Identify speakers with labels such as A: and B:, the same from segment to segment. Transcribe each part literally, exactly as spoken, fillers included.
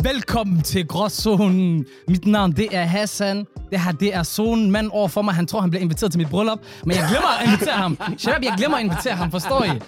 A: Velkommen til Gråzonen. Mit navn, det er Hassan. Det her, det er zonen. Mand over for mig, han tror, han bliver inviteret til mit bryllup. Men jeg glemmer at invitere ham. Shabab, jeg glemmer at invitere ham, forstår I?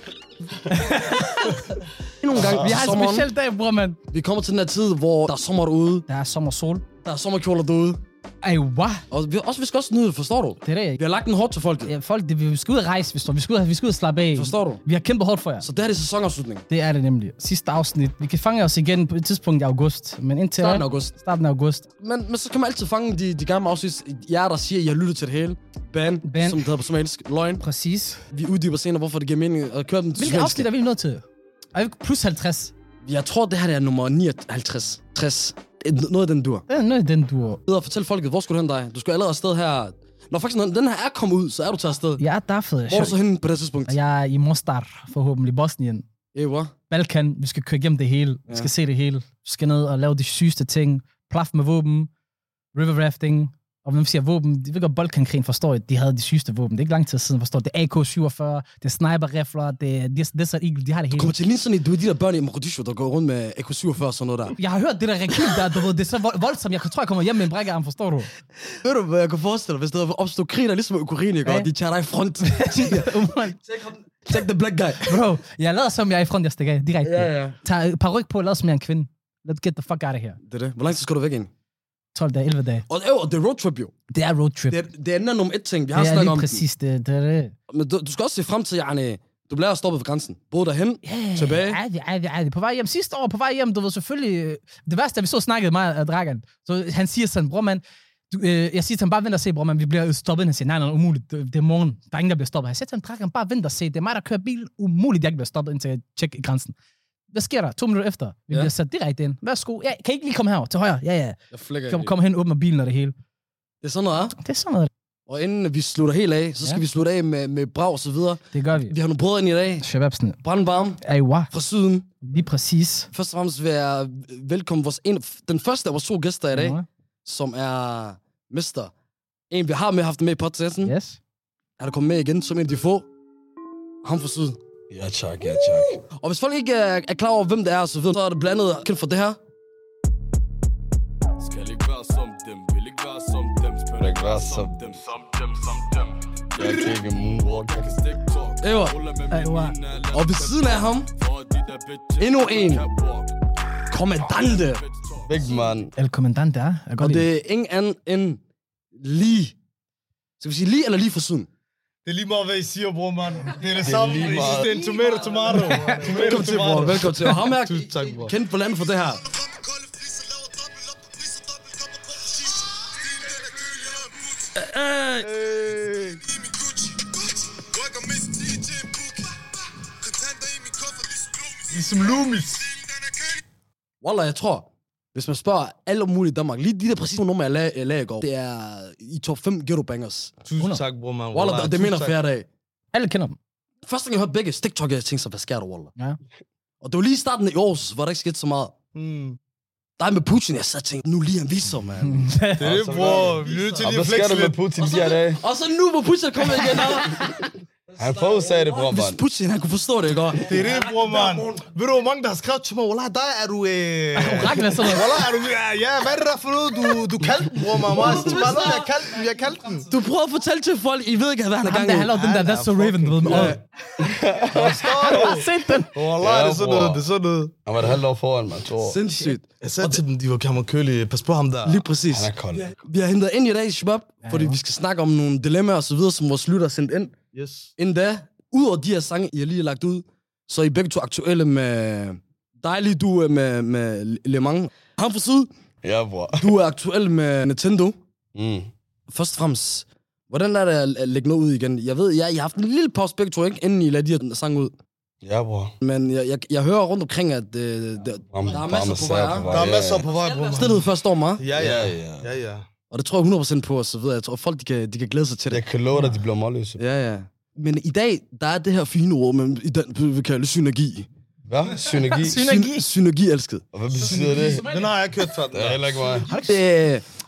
B: Nogle gange,
A: vi har en speciel dag, bror, mand.
B: Vi kommer til den her tid, hvor der er sommer derude.
A: Der er sommersol.
B: Der er sommerkjoler derude.
A: Ej, hvad?
B: Og vi, også, vi skal også nyde det, forstår du?
A: Det er det,
B: Vi har lagt en hårdt til folket.
A: ja, folk, det, vi skal ud og rejse, vi, står. vi, skal ud, vi skal ud og slappe af.
B: Forstår du?
A: Vi har kæmpet hårdt for jer.
B: Så det her er sæsonafslutning.
A: Det er det nemlig. Sidste afsnit. Vi kan fange os igen på et tidspunkt i august. Men indtil
B: Starten af august.
A: Starten af august.
B: Men, men så kan man altid fange de, de gamle afsnit. Jer, der siger, at jeg har lyttet til det hele. Ban,
A: Ban.
B: som det hedder på somalisk. Løgn.
A: Præcis.
B: Vi uddyber senere, hvorfor det giver mening at køre den til
A: Hvilke afsnit er vi nået til? Er vi plus halvtreds?
B: Jeg tror, det her er nummer nioghalvtreds. tres. Noget af den dur.
A: Det er noget af den, du...
B: Videre, fortæl folket, hvor skulle du hen dig? Du skal allerede afsted her. Når faktisk når den her er kommet ud, så er du taget afsted.
A: Jeg er derfor.
B: Hvor er du så henne på det tidspunkt?
A: Jeg er i Mostar, forhåbentlig Bosnien.
B: Ewa.
A: Balkan, vi skal køre igennem det hele. Vi skal se det hele. Vi skal ned og lave de sygeste ting. Plaf med våben. River rafting. Og når vi siger våben, de ved godt, Balkankrigen forstår, at de havde de sygeste våben. Det er ikke lang tid siden, forstår. Det er A K syvogfyrre, det er sniper-rifler, det er Desert Eagle, de har det hele.
B: Du kommer til lige sådan, du er de der børn i Mogadishu, der går rundt med A K syvogfyrre og sådan noget der.
A: Jeg har hørt det der rekyl der, du ved, det er så voldsomt. Jeg tror, jeg kommer hjem med en brækkearm, forstår du?
B: Ved du, hvad jeg kan forestille dig, hvis der opstod krig, der ligesom Ukraine, ikke? Og de tager dig i front. Take the black guy.
A: Bro, jeg lader som, jeg er i front, jeg stikker af, direkte.
B: Ja, ja.
A: Tag et par ryg på og lader som, jeg er en kvinde. Let's get the fuck out of here.
B: Det er det. Hvor lang tid skal du væk ind?
A: tolv dage, elleve dage.
B: Og, og det er roadtrip jo.
A: Det er roadtrip.
B: Det er, det er nummer et ting, vi har
A: det er
B: snakket
A: lige
B: om.
A: præcis det. det, er det.
B: Men du, du skal også se frem til, Janne. Du bliver stoppet ved grænsen. Både derhen,
A: Yeah,
B: tilbage.
A: Ærlig, ærlig, ærlig. På vej hjem. Sidste år på vej hjem, du ved selvfølgelig... Det værste er, vi så snakkede meget af Dragan. Så han siger sådan, bror mand... Du, øh, jeg siger til ham, bare vent og se, bror mand, vi bliver stoppet. Han siger, nej, nej, umuligt. Det, det er morgen. Der er ingen, der bliver stoppet. Jeg siger til ham, Dragan, bare vent og se. Det er mig, der kører bil. Umuligt, jeg ikke bliver stoppet, indtil jeg tjekker grænsen. Hvad sker der? To minutter efter. Vi ja. bliver sat direkte ind. Værsgo. Ja, kan I ikke lige komme her til højre? Ja, ja.
B: Jeg flækker.
A: Kom, kom hen, åbner bilen og det hele.
B: Det er sådan noget, ja?
A: Det er sådan noget.
B: Og inden vi slutter helt af, så skal ja. vi slutte af med, med brag og så videre.
A: Det gør vi.
B: Vi har nogle brødre ind i dag.
A: Shababsene.
B: Brandvarm.
A: Aywa.
B: Fra syden.
A: Lige præcis.
B: Først og fremmest vil jeg velkommen vores en, den første af vores to gæster i dag,
A: Ja.
B: som er mister. En, vi har med haft med i podcasten.
A: Yes.
B: Han er kommet med igen, som en af de få. Ham fra syd.
C: Ja, tak, ja, tak.
B: Og hvis folk ikke er, er klar over, hvem det er, så, videre, så er det blandet kendt for det her.
D: Skal ikke være som dem, vil ikke være som dem,
C: Vil ikke være som
D: dem, som dem, som dem.
C: Jeg kan ikke moonwalk, jeg kan
D: Stik talk,
B: Ewa.
A: Aywa.
B: Og ved siden af ham, endnu en kommandante.
C: Big man.
A: El Commandante, ja. Jeg
B: Og
A: det...
B: det er ingen anden end lige. Skal vi sige lige eller lige for syden?
E: Det er lige meget, hvad I siger, bror, mand. Det er det
C: er
E: samme.
C: lige
E: I
C: meget.
E: synes, det er en tomato, tomato. Tomato,
B: Velkommen til, bror. Velkommen til. Og ham er
E: Tusind tak, bror.
B: kendt på landet for det her.
E: Ligesom Loomis.
B: Wallah, jeg tror, hvis man spørger alle mulige i Danmark, lige de der præcis nummer, jeg lag, jeg lag i går, det er i top fem ghetto bangers.
E: Tusind tak, bror, man.
B: Wallah, det, det mener hver dag.
A: Alle kender dem.
B: Første gang jeg hørte begge TikTok, jeg tænkte så, hvad sker der, Wallah?
A: Ja.
B: Og det var lige i starten i år, hvor der ikke skete så meget.
E: Mm.
B: Der med Putin, jeg sad og tænkte, nu lige han viser sig, mand.
E: Det er det, bror. Vi er nødt til
C: Og
E: lige
C: hvad
E: at
C: sker
E: flexe
C: der med
E: lidt.
C: Putin de her dage?
B: Og så nu, hvor Putin er kommet igen, her.
C: Han forudsagde det, bror,
B: Hvis
C: man.
B: Putin, han kunne forstå det, ikke?
E: Det er det, bror, man. Ved du, hvor mange, der har skrevet til mig, Wallah, der er du... Øh...
A: Orakel er sådan noget.
E: Wallah, er du... Ja, ja, hvad er det der for noget, du, du kaldte den, bror, man? Jeg siger bare, jeg kaldte den, jeg kaldte den.
B: Du prøver at fortælle til folk, I ved ikke, hvad han er
A: Ham
B: gang
A: der,
B: i.
A: han lavede den der, that's so Raven, du ved. med øjet.
E: Forstår
A: Jeg
E: du?
A: har set den.
E: Wallah,
C: Ja,
E: det er sådan
C: bror.
E: noget, det er sådan noget.
C: Han var et halvt år foran, man, to år.
B: Sindssygt.
E: Jeg sagde til dem, de var kammerkølige. Pas på ham der.
B: Lige præcis.
C: Han er kold.
B: Vi har hentet ind i dag, Shabab, fordi vi skal snakke om nogle dilemmaer og så videre, som vores lytter har sendt ind.
E: Yes.
B: Inden da, udover de her sange, I har lige lagt ud, så er I begge to aktuelle med dejlige du med, med Le Mans. Ham fra syd,
C: Ja, bror.
B: du er aktuel med Nintendo.
C: Mm.
B: Først og fremmest, hvordan er det at lægge noget ud igen? Jeg ved, jeg, I har haft en lille pause begge to, ikke? Inden I lader de her sange ud.
C: Ja, bror.
B: Men jeg, jeg, jeg hører rundt omkring, at øh, der,
C: Bram-
B: der er masser på vej.
C: Bram-
B: Ja?
E: Der er
C: Ja,
E: masser
C: ja.
E: på vej, bror, man.
B: Stillet første år, meget.
E: Ja, ja.
C: Ja, ja.
E: Ja, ja.
B: Og det tror jeg hundrede procent på, og så videre. Jeg tror, folk de kan, de kan glæde sig til det.
C: Jeg kan love dig, at de bliver målløse.
B: Ja, ja. Men i dag, der er det her fine ord, men i den, vi kalder det synergi.
C: Hvad? Synergi?
A: Synergi.
B: Syn- synergi, elsket.
C: Og hvad betyder det?
E: Den har jeg kørt før.
C: Det er heller ikke mig.
B: Det,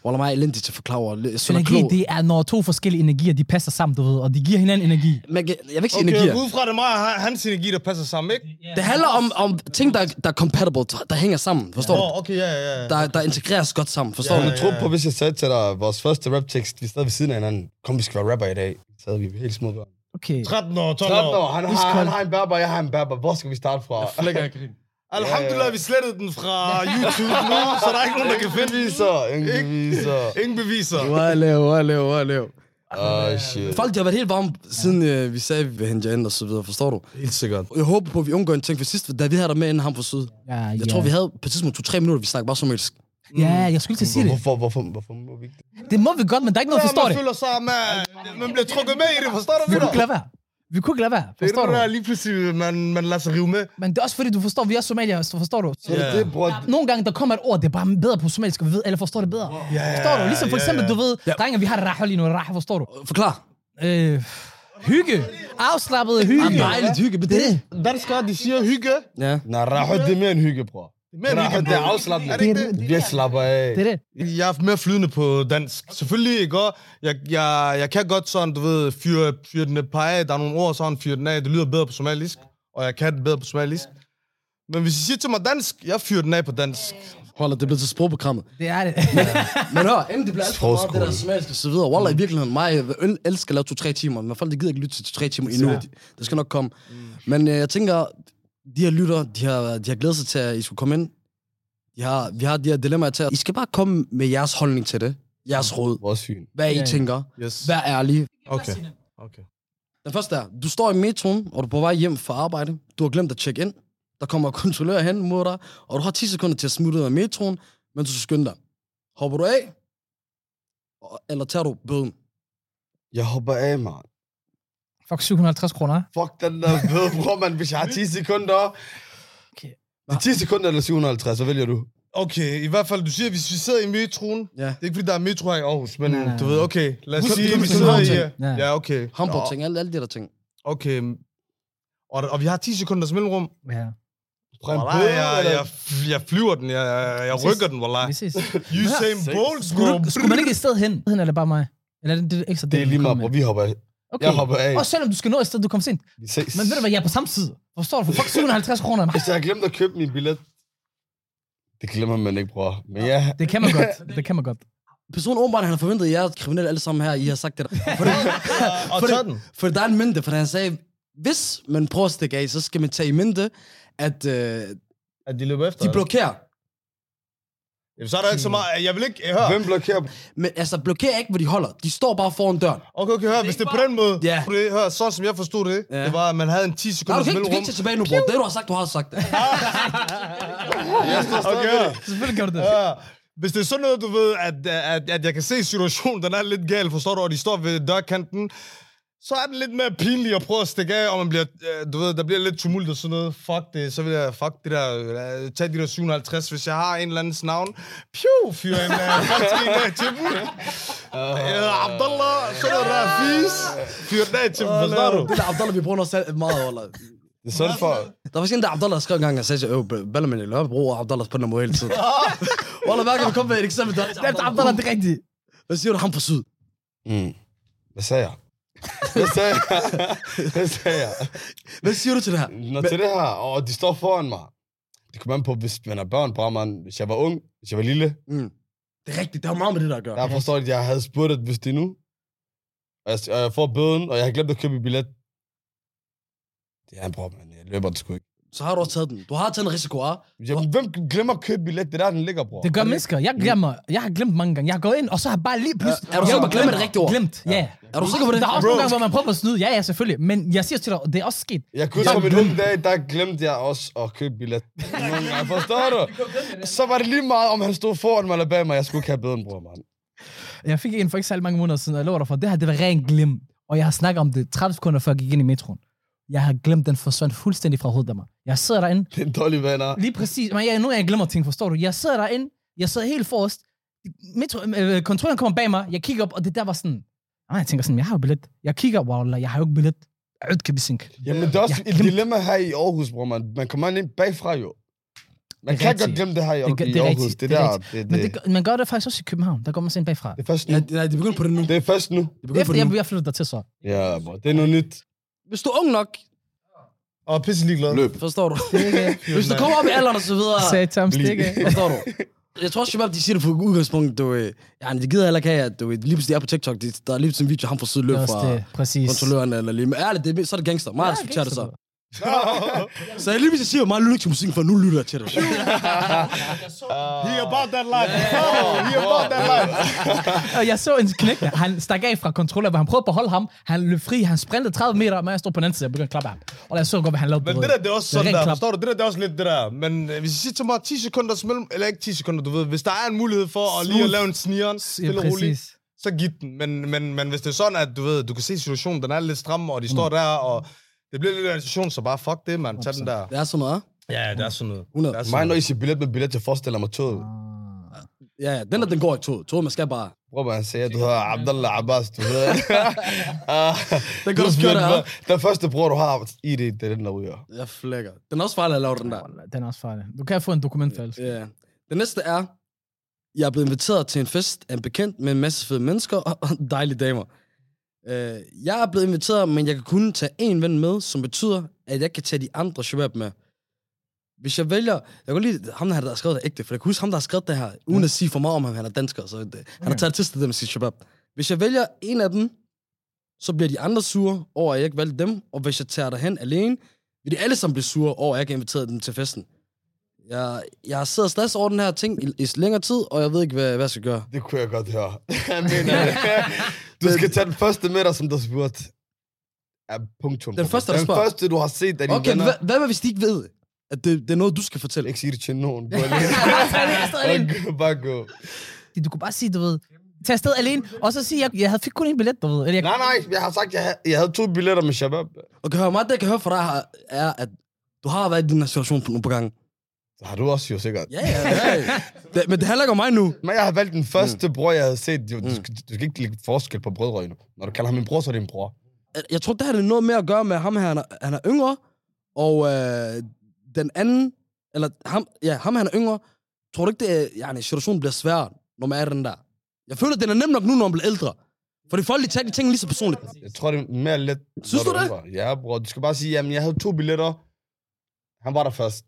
B: Wallah, mig er elendig til at forklare.
A: Synergi, det er, når to forskellige energier, de passer sammen, du ved, og de giver hinanden energi.
B: Men jeg vil ikke sige
E: Okay,
B: energier.
E: udefra det er mig og hans energi, der passer sammen, ikke?
B: Det handler om, om ting, der, der er compatible, der hænger sammen, forstår
E: Åh,
B: du?
E: okay, ja, ja, ja.
B: Der, der integreres godt sammen, forstår
E: Ja,
B: du?
C: Jeg tror på, hvis jeg sagde til dig, vores første rap-tekst, vi sad ved siden af hinanden. Kom, vi skal være rapper i dag. Så havde vi helt små børn.
A: Okay.
E: tretten år, tolv
C: tretten
E: år.
C: år, han har, han har en berber, jeg har en berber. Hvor skal vi starte fra?
B: Flækker jeg grin.
E: Alhamdulillah, vi slettede den fra YouTube nu, så der er ikke nogen, der kan finde
C: beviser. Ingen beviser.
E: Ingen beviser.
B: Wallah, wallah, wallah.
C: Åh, shit.
B: Folk, de har været helt varme, siden øh, vi sagde, at vi vil hente jer ind og så videre, forstår du?
E: Helt sikkert.
B: Jeg håber på, at vi undgår en ting, for sidst, da vi havde dig med inden ham fra syd.
A: Ja,
B: Jeg
A: ja.
B: tror, vi havde på et tidspunkt to-tre minutter, vi snakkede bare somalisk.
A: Ja, jeg skulle ikke til at sige det.
C: Hvorfor, hvorfor, hvorfor må vi ikke det?
A: Det må vi godt, men der er ikke noget, der forstår
E: man
A: det.
E: føler sig, man, man bliver trukket med i det, forstår du?
A: Vi kunne
E: Peter?
A: ikke lade være. Vi kunne ikke lade være,
E: Det er
A: forstår
E: det, der
A: du?
E: lige pludselig, man, man lader sig rive med.
A: Men det er også fordi, du forstår, vi er somalier, så forstår du?
C: Så yeah. det, bror.
A: Nogle gange, der kommer et ord, det er bare bedre på somalisk, og vi ved, alle forstår det bedre.
E: Ja,
A: Forstår du? Ligesom for
E: ja,
A: eksempel,
E: ja.
A: du ved, drenge, vi har det rahul lige nu, rahul, forstår du?
B: Forklar.
A: Øh, hygge. Afslappet hygge.
B: Dejligt hygge, men det er det.
E: Danskere, de siger hygge.
B: Ja.
C: Nej, rahud, det er mere en hygge, bror.
E: Mere end hygge,
C: Det er afslappende.
E: Er det ikke det?
C: Vi slapper af.
A: Det er det.
E: Jeg er mere flydende på dansk. Selvfølgelig, ikke? Jeg, jeg, jeg kan godt sådan, du ved, fyre, fyre den et par af. Der er nogle ord, sådan fyre den af. Det lyder bedre på somalisk, og jeg kan det bedre på somalisk. Men hvis I siger til mig dansk, jeg fyrer den af på dansk.
B: Hold da, det blev til sprogprogrammet.
A: Det er det.
B: Men hør, inden det bliver alt for meget, det
C: Sprogskole.
B: der somaliske og så videre. Wallah, i virkeligheden, mig jeg el- elsker at lave to-tre timer, men folk, de gider ikke lytte til to-tre timer endnu.
E: Ja.
B: Det skal nok komme. Men øh, jeg tænker, de her lytter, de har, de har glædet sig til, at I skulle komme ind. De har, vi har de her dilemmaer til, at I skal bare komme med jeres holdning til det. Jeres råd.
C: Vores syn.
B: Hvad I
A: Ja, ja.
B: tænker.
E: Yes.
B: Vær ærlige.
E: Okay. Okay.
B: Den første er, du står i metroen, og du er på vej hjem fra arbejde. Du har glemt at tjekke ind. Der kommer kontrollør hen mod dig, og du har ti sekunder til at smutte ud af metroen, men du skal skynde dig. Hopper du af, eller tager du bøden?
C: Jeg hopper af, man.
A: Fuck, syv hundrede og halvtreds kroner.
C: Fuck den der bøde, bror, man. Hvis jeg har ti sekunder.
A: Okay.
C: Det er ti sekunder eller syv hundrede og halvtreds, så vælger du.
E: Okay, i hvert fald, du siger, hvis vi sidder i metroen.
B: Ja.
E: Det er ikke, fordi der er metro her i Aarhus, men
A: Nej, nej,
E: du
A: nej.
E: ved, okay. Lad os
B: Husk,
E: sige,
B: det er
E: vi
B: sådan
E: sidder i...
B: Hamburg-ting.
A: Ja.
E: Ja, okay.
B: Hamburg-ting, alle, alle de der ting.
E: Okay. Og, og vi har ti sekunders mellemrum.
A: Ja.
C: Fra en
E: Wallah,
C: bøde,
E: jeg,
C: eller?
E: jeg, jeg flyver den, jeg, jeg, jeg rykker den, wallah.
A: Vi ses.
E: Usain Bolt,
A: Skulle,
E: bro.
A: du, skulle man ikke et sted hen? Hen eller bare mig? Eller er det, det ekstra
C: Det er lige meget, bror. Vi hopper af.
A: Okay.
C: Jeg hopper af.
A: Og selvom du skal nå et sted, du kommer sent.
C: Vi ses.
A: Men ved du hvad, jeg er på samme side. Forstår du? For fuck syv hundrede og halvtreds kroner.
C: Hvis jeg har glemt at købe min billet. Det glemmer man ikke, bror. Men ja,
A: Det kan man godt. Det kan man godt.
B: Personen åbenbart, han har forventet, at jeg er kriminelle alle sammen her, I har sagt det der. For,
E: Og
B: for,
E: tør den.
B: for der er en mente, for han sagde, hvis man prøver at stikke af, så skal man tage i mente, at øh,
E: At de løber efter.
B: de blokerer.
E: Jamen, så er der ikke så meget... Jeg vil ikke... Hør.
C: hvem blokerer?
B: Men altså, blokerer ikke, hvor de holder. De står bare foran døren.
E: Okay, okay, hør. Hvis det er på den måde...
B: Ja.
E: For det, hør, så som jeg forstod det,
B: Ja.
E: det var, at man havde en ti
B: Nej, du
E: sekunders
B: kan ikke, du kan
E: mellemrum.
B: ikke tage tilbage nu, bror. Det, du har sagt, du har sagt det.
C: Jeg står stadig
E: Okay,
C: ved
E: hør.
C: det.
A: Selvfølgelig gør du det.
E: Ja. Hvis det er sådan noget, du ved, at, at, at jeg kan se situationen, den er lidt gal, forstår du, og de står ved dørkanten, så er den lidt mere pinlig at prøve at stikke af, og man bliver, øh, du ved, der bliver lidt tumult og sådan noget. Fuck det, så vil jeg, fuck det der, øh, tage de der syv hundrede og halvtreds, hvis jeg har en eller andens navn. Piu, fyr en øh, falsk en af til dem. Øh, Abdallah, så er der fis. Fyr den af til dem, forstår du?
B: Det der Abdallah, vi bruger også selv meget, eller.
C: Det er sådan for...
B: Der var sådan, der Abdallah skrev en gang, og sagde, øh, Ballermann, jeg løber bruger Abdallah på den måde hele tiden. Wallah, hver gang vi kommer med et eksempel, der
A: Det er Abdallah, det er rigtigt.
B: Hvad siger du, ham fra syd?
C: Mm. Hvad sagde jeg? Hvad sagde jeg? Hvad sagde jeg?
B: Hvad siger du til det her?
C: Nå, til det her, og de står foran mig. Det kommer an på, hvis man er børn, bare man. Hvis jeg var ung, hvis jeg var lille,
B: Mm. Det er rigtigt, det har meget med det der at gøre.
C: der forstår jeg, at jeg havde spurgt, at hvis det er nu, og jeg, og jeg får bøden, og jeg har glemt at købe en billet. Det er en bror, man. Jeg løber det sgu ikke.
B: Så har du også taget den. Du har taget en risiko, ah?
C: Jamen, hvem glemmer at købe billet? Det er der, den ligger, bror.
A: Det gør mennesker. Jeg glemmer. Jeg har glemt mange gange. Jeg har gået ind, og så har jeg bare lige pludselig...
B: Er du sikker på at glemme det rigtige ord?
A: Glemt, ja.
B: Er du sikker på det?
A: Der er også
E: Bro.
A: nogle gange, hvor man prøver at snyde. Ja, ja, selvfølgelig. Men jeg siger til dig, det er også sket.
C: Jeg kunne
A: Jeg
C: på min
A: glem-
C: unge dag, der glemte jeg også at købe billet. Nogle gange, forstår du? Så var det lige meget, om han stod foran mig eller bag mig. Jeg skulle ikke have bøden, bror, mand.
A: Jeg fik en for ikke særlig mange måneder siden, og jeg lover dig for, det her, det var ren glem. Og jeg har snakket om det tredive sekunder, før jeg gik ind i metroen. Jeg har glemt, den forsvandt fuldstændig fra hovedet af mig. Jeg sidder derinde.
C: Det er en dårlig venner.
A: Lige præcis. Men jeg, nu er jeg glemmer ting, forstår du? Jeg sidder derinde. Jeg sidder helt forrest. Metro, øh, kontrollen kommer bag mig. Jeg kigger op, og det der var sådan... Og jeg tænker sådan, jeg har jo billet. Jeg kigger, wow, jeg har jo ikke billet. Jeg kan besink.
C: Jamen, det er også
A: Jeg
C: et
A: glemte-
C: dilemma her i Aarhus, bror, man. Man kommer ind bagfra, jo. Man kan godt glemme det her i,
A: Det,
C: i
A: det er
C: Aarhus.
A: rigtigt.
C: Det
A: Det er
C: der,
A: rigtigt.
C: det,
A: Men
C: det,
A: det, gør- man gør det faktisk også i København. Der går man sådan bagfra.
C: det er først nu.
B: Ja, nej, de begynder på det nu.
C: Det er først nu.
B: De begynder på
A: Efter
B: det nu.
A: jeg, jeg flytter der til så.
C: Ja, bro. Det er noget nyt.
B: Hvis du er ung nok,
E: Og pisse ligeglad.
C: Løb.
B: forstår du. Hvis du kommer op i alderen og så videre,
A: Satans stikke.
B: forstår du. Jeg tror også, Shabab, de siger det på udgangspunkt, du, øh, ja, de gider heller ikke have, at du, lige pludselig er på TikTok, de, der er lige pludselig en video, ham får sødt løb
A: Det er også
B: fra
A: det. Præcis.
B: kontrolløren eller lige. Men ærligt, det, er- så er det gangster. Meget
A: Ja,
B: respekterer det så.
A: gangster,
B: Så jeg lige pludselig siger, meget lytter ikke til musikken, for nu lytter jeg til det.
E: He about that life. Oh, he about that life.
A: Og jeg så en knæk, han stak af fra kontroller, hvor han prøvede på at holde ham. Han løb fri, han sprintede tredive meter, men jeg stod på den anden side og begyndte at klappe ham. Og jeg så godt, hvad han lavede.
E: Men
A: du
E: det
A: ved.
E: der, det er også
A: Det er
E: sådan
A: rent
E: der,
A: klap.
E: forstår du? Det der, det er også lidt det der. Men øh, hvis I siger til mig ti sekunder mellem, eller ikke ti sekunder, du ved, hvis der er en mulighed for at lige at lave en snigeren, stille og roligt,
A: præcis.
E: så giv den. Men, men, men hvis det er sådan, at du ved, du kan se situationen, den er lidt stram, og de står der, og det bliver lidt af en situation, så bare fuck det, man. Tag den der.
B: Det er sådan noget,
E: Ja, det er sådan noget.
B: hundrede.
E: Det er sådan
C: Mig, når
E: noget.
C: I siger billet med billet, jeg forestiller mig toget.
B: Ja, ja, den der, den går ikke toget. Toget, man skal bare...
C: Prøv at sige, at du hedder Abdallah Abbas, du ved. Ah,
B: Den kan du skøre der,
C: den, den første bror, du har i det, det er den, der ryger.
B: Jeg flækker. Den er også farlig at lave den der.
A: Den er også farlig. Du kan få en dokumentfælde.
B: Ja. Det næste er, jeg er blevet inviteret til en fest af en bekendt med en masse fede mennesker og dejlige damer. Øh, jeg er blevet inviteret, men jeg kan kun tage en ven med, som betyder, at jeg kan tage de andre shabab med. Hvis jeg vælger... Jeg kan lide ham, der har skrevet det ægte, for jeg kan huske ham, der har skrevet det her, uden at sige for meget om ham, han er dansker. Så det, han har taget til sig det med sit shabab. Hvis jeg vælger en af dem, så bliver de andre sure over, at jeg ikke valgte dem. Og hvis jeg tager derhen alene, vil de alle sammen blive sure over, at jeg ikke har inviteret dem til festen. Jeg, jeg har siddet og stress over den her ting i, i længere tid, og jeg ved ikke, hvad, hvad jeg skal gøre.
C: Det kunne jeg godt høre. Jeg mener det. Du skal tage den første med dig, som der spurgte. Ja, punktum.
B: Den første, der
C: Den
B: spørger.
C: første, du har set af dine
B: Okay,
C: venner.
B: hvad, hvad hvis de ikke ved, at det, det er noget, du skal fortælle?
C: Ikke sige det til nogen. Gå
A: Jeg er stadig alene.
C: alene. Bare gå.
A: Du kunne bare sige, du ved, tag afsted alene, og så sige, jeg, jeg havde fik kun en billet, du ved. Eller jeg,
C: Nej, nej, jeg har sagt, jeg havde, jeg havde to billetter med Shabab.
B: Okay, hør, meget det, jeg kan høre fra dig, her, er, at du har været i den her situation på nogle på gange.
C: Det har du også jo sikkert.
B: Ja, ja, ja. Det, men det handler ikke om mig nu.
C: Men jeg har valgt den første mm. bror, jeg havde set. Du, du, skal, du skal ikke lægge forskel på brødre endnu. Når du kalder ham min bror, så er det en bror.
B: Jeg tror, det har det noget med at gøre med ham her, han er, han er yngre, og øh, den anden, eller ham, ja, ham han er yngre, tror du ikke, det er, ja, situationen bliver sværere, når man er den der? Jeg føler, at den er nem nok nu, når man bliver ældre. Fordi folk, de tager de ting lige så personligt.
C: Jeg tror, det er mere let.
B: Synes
C: når
B: du det?
C: er yngre. Ja, bror. Du skal bare sige, jamen, jeg havde to billetter. Han var der først.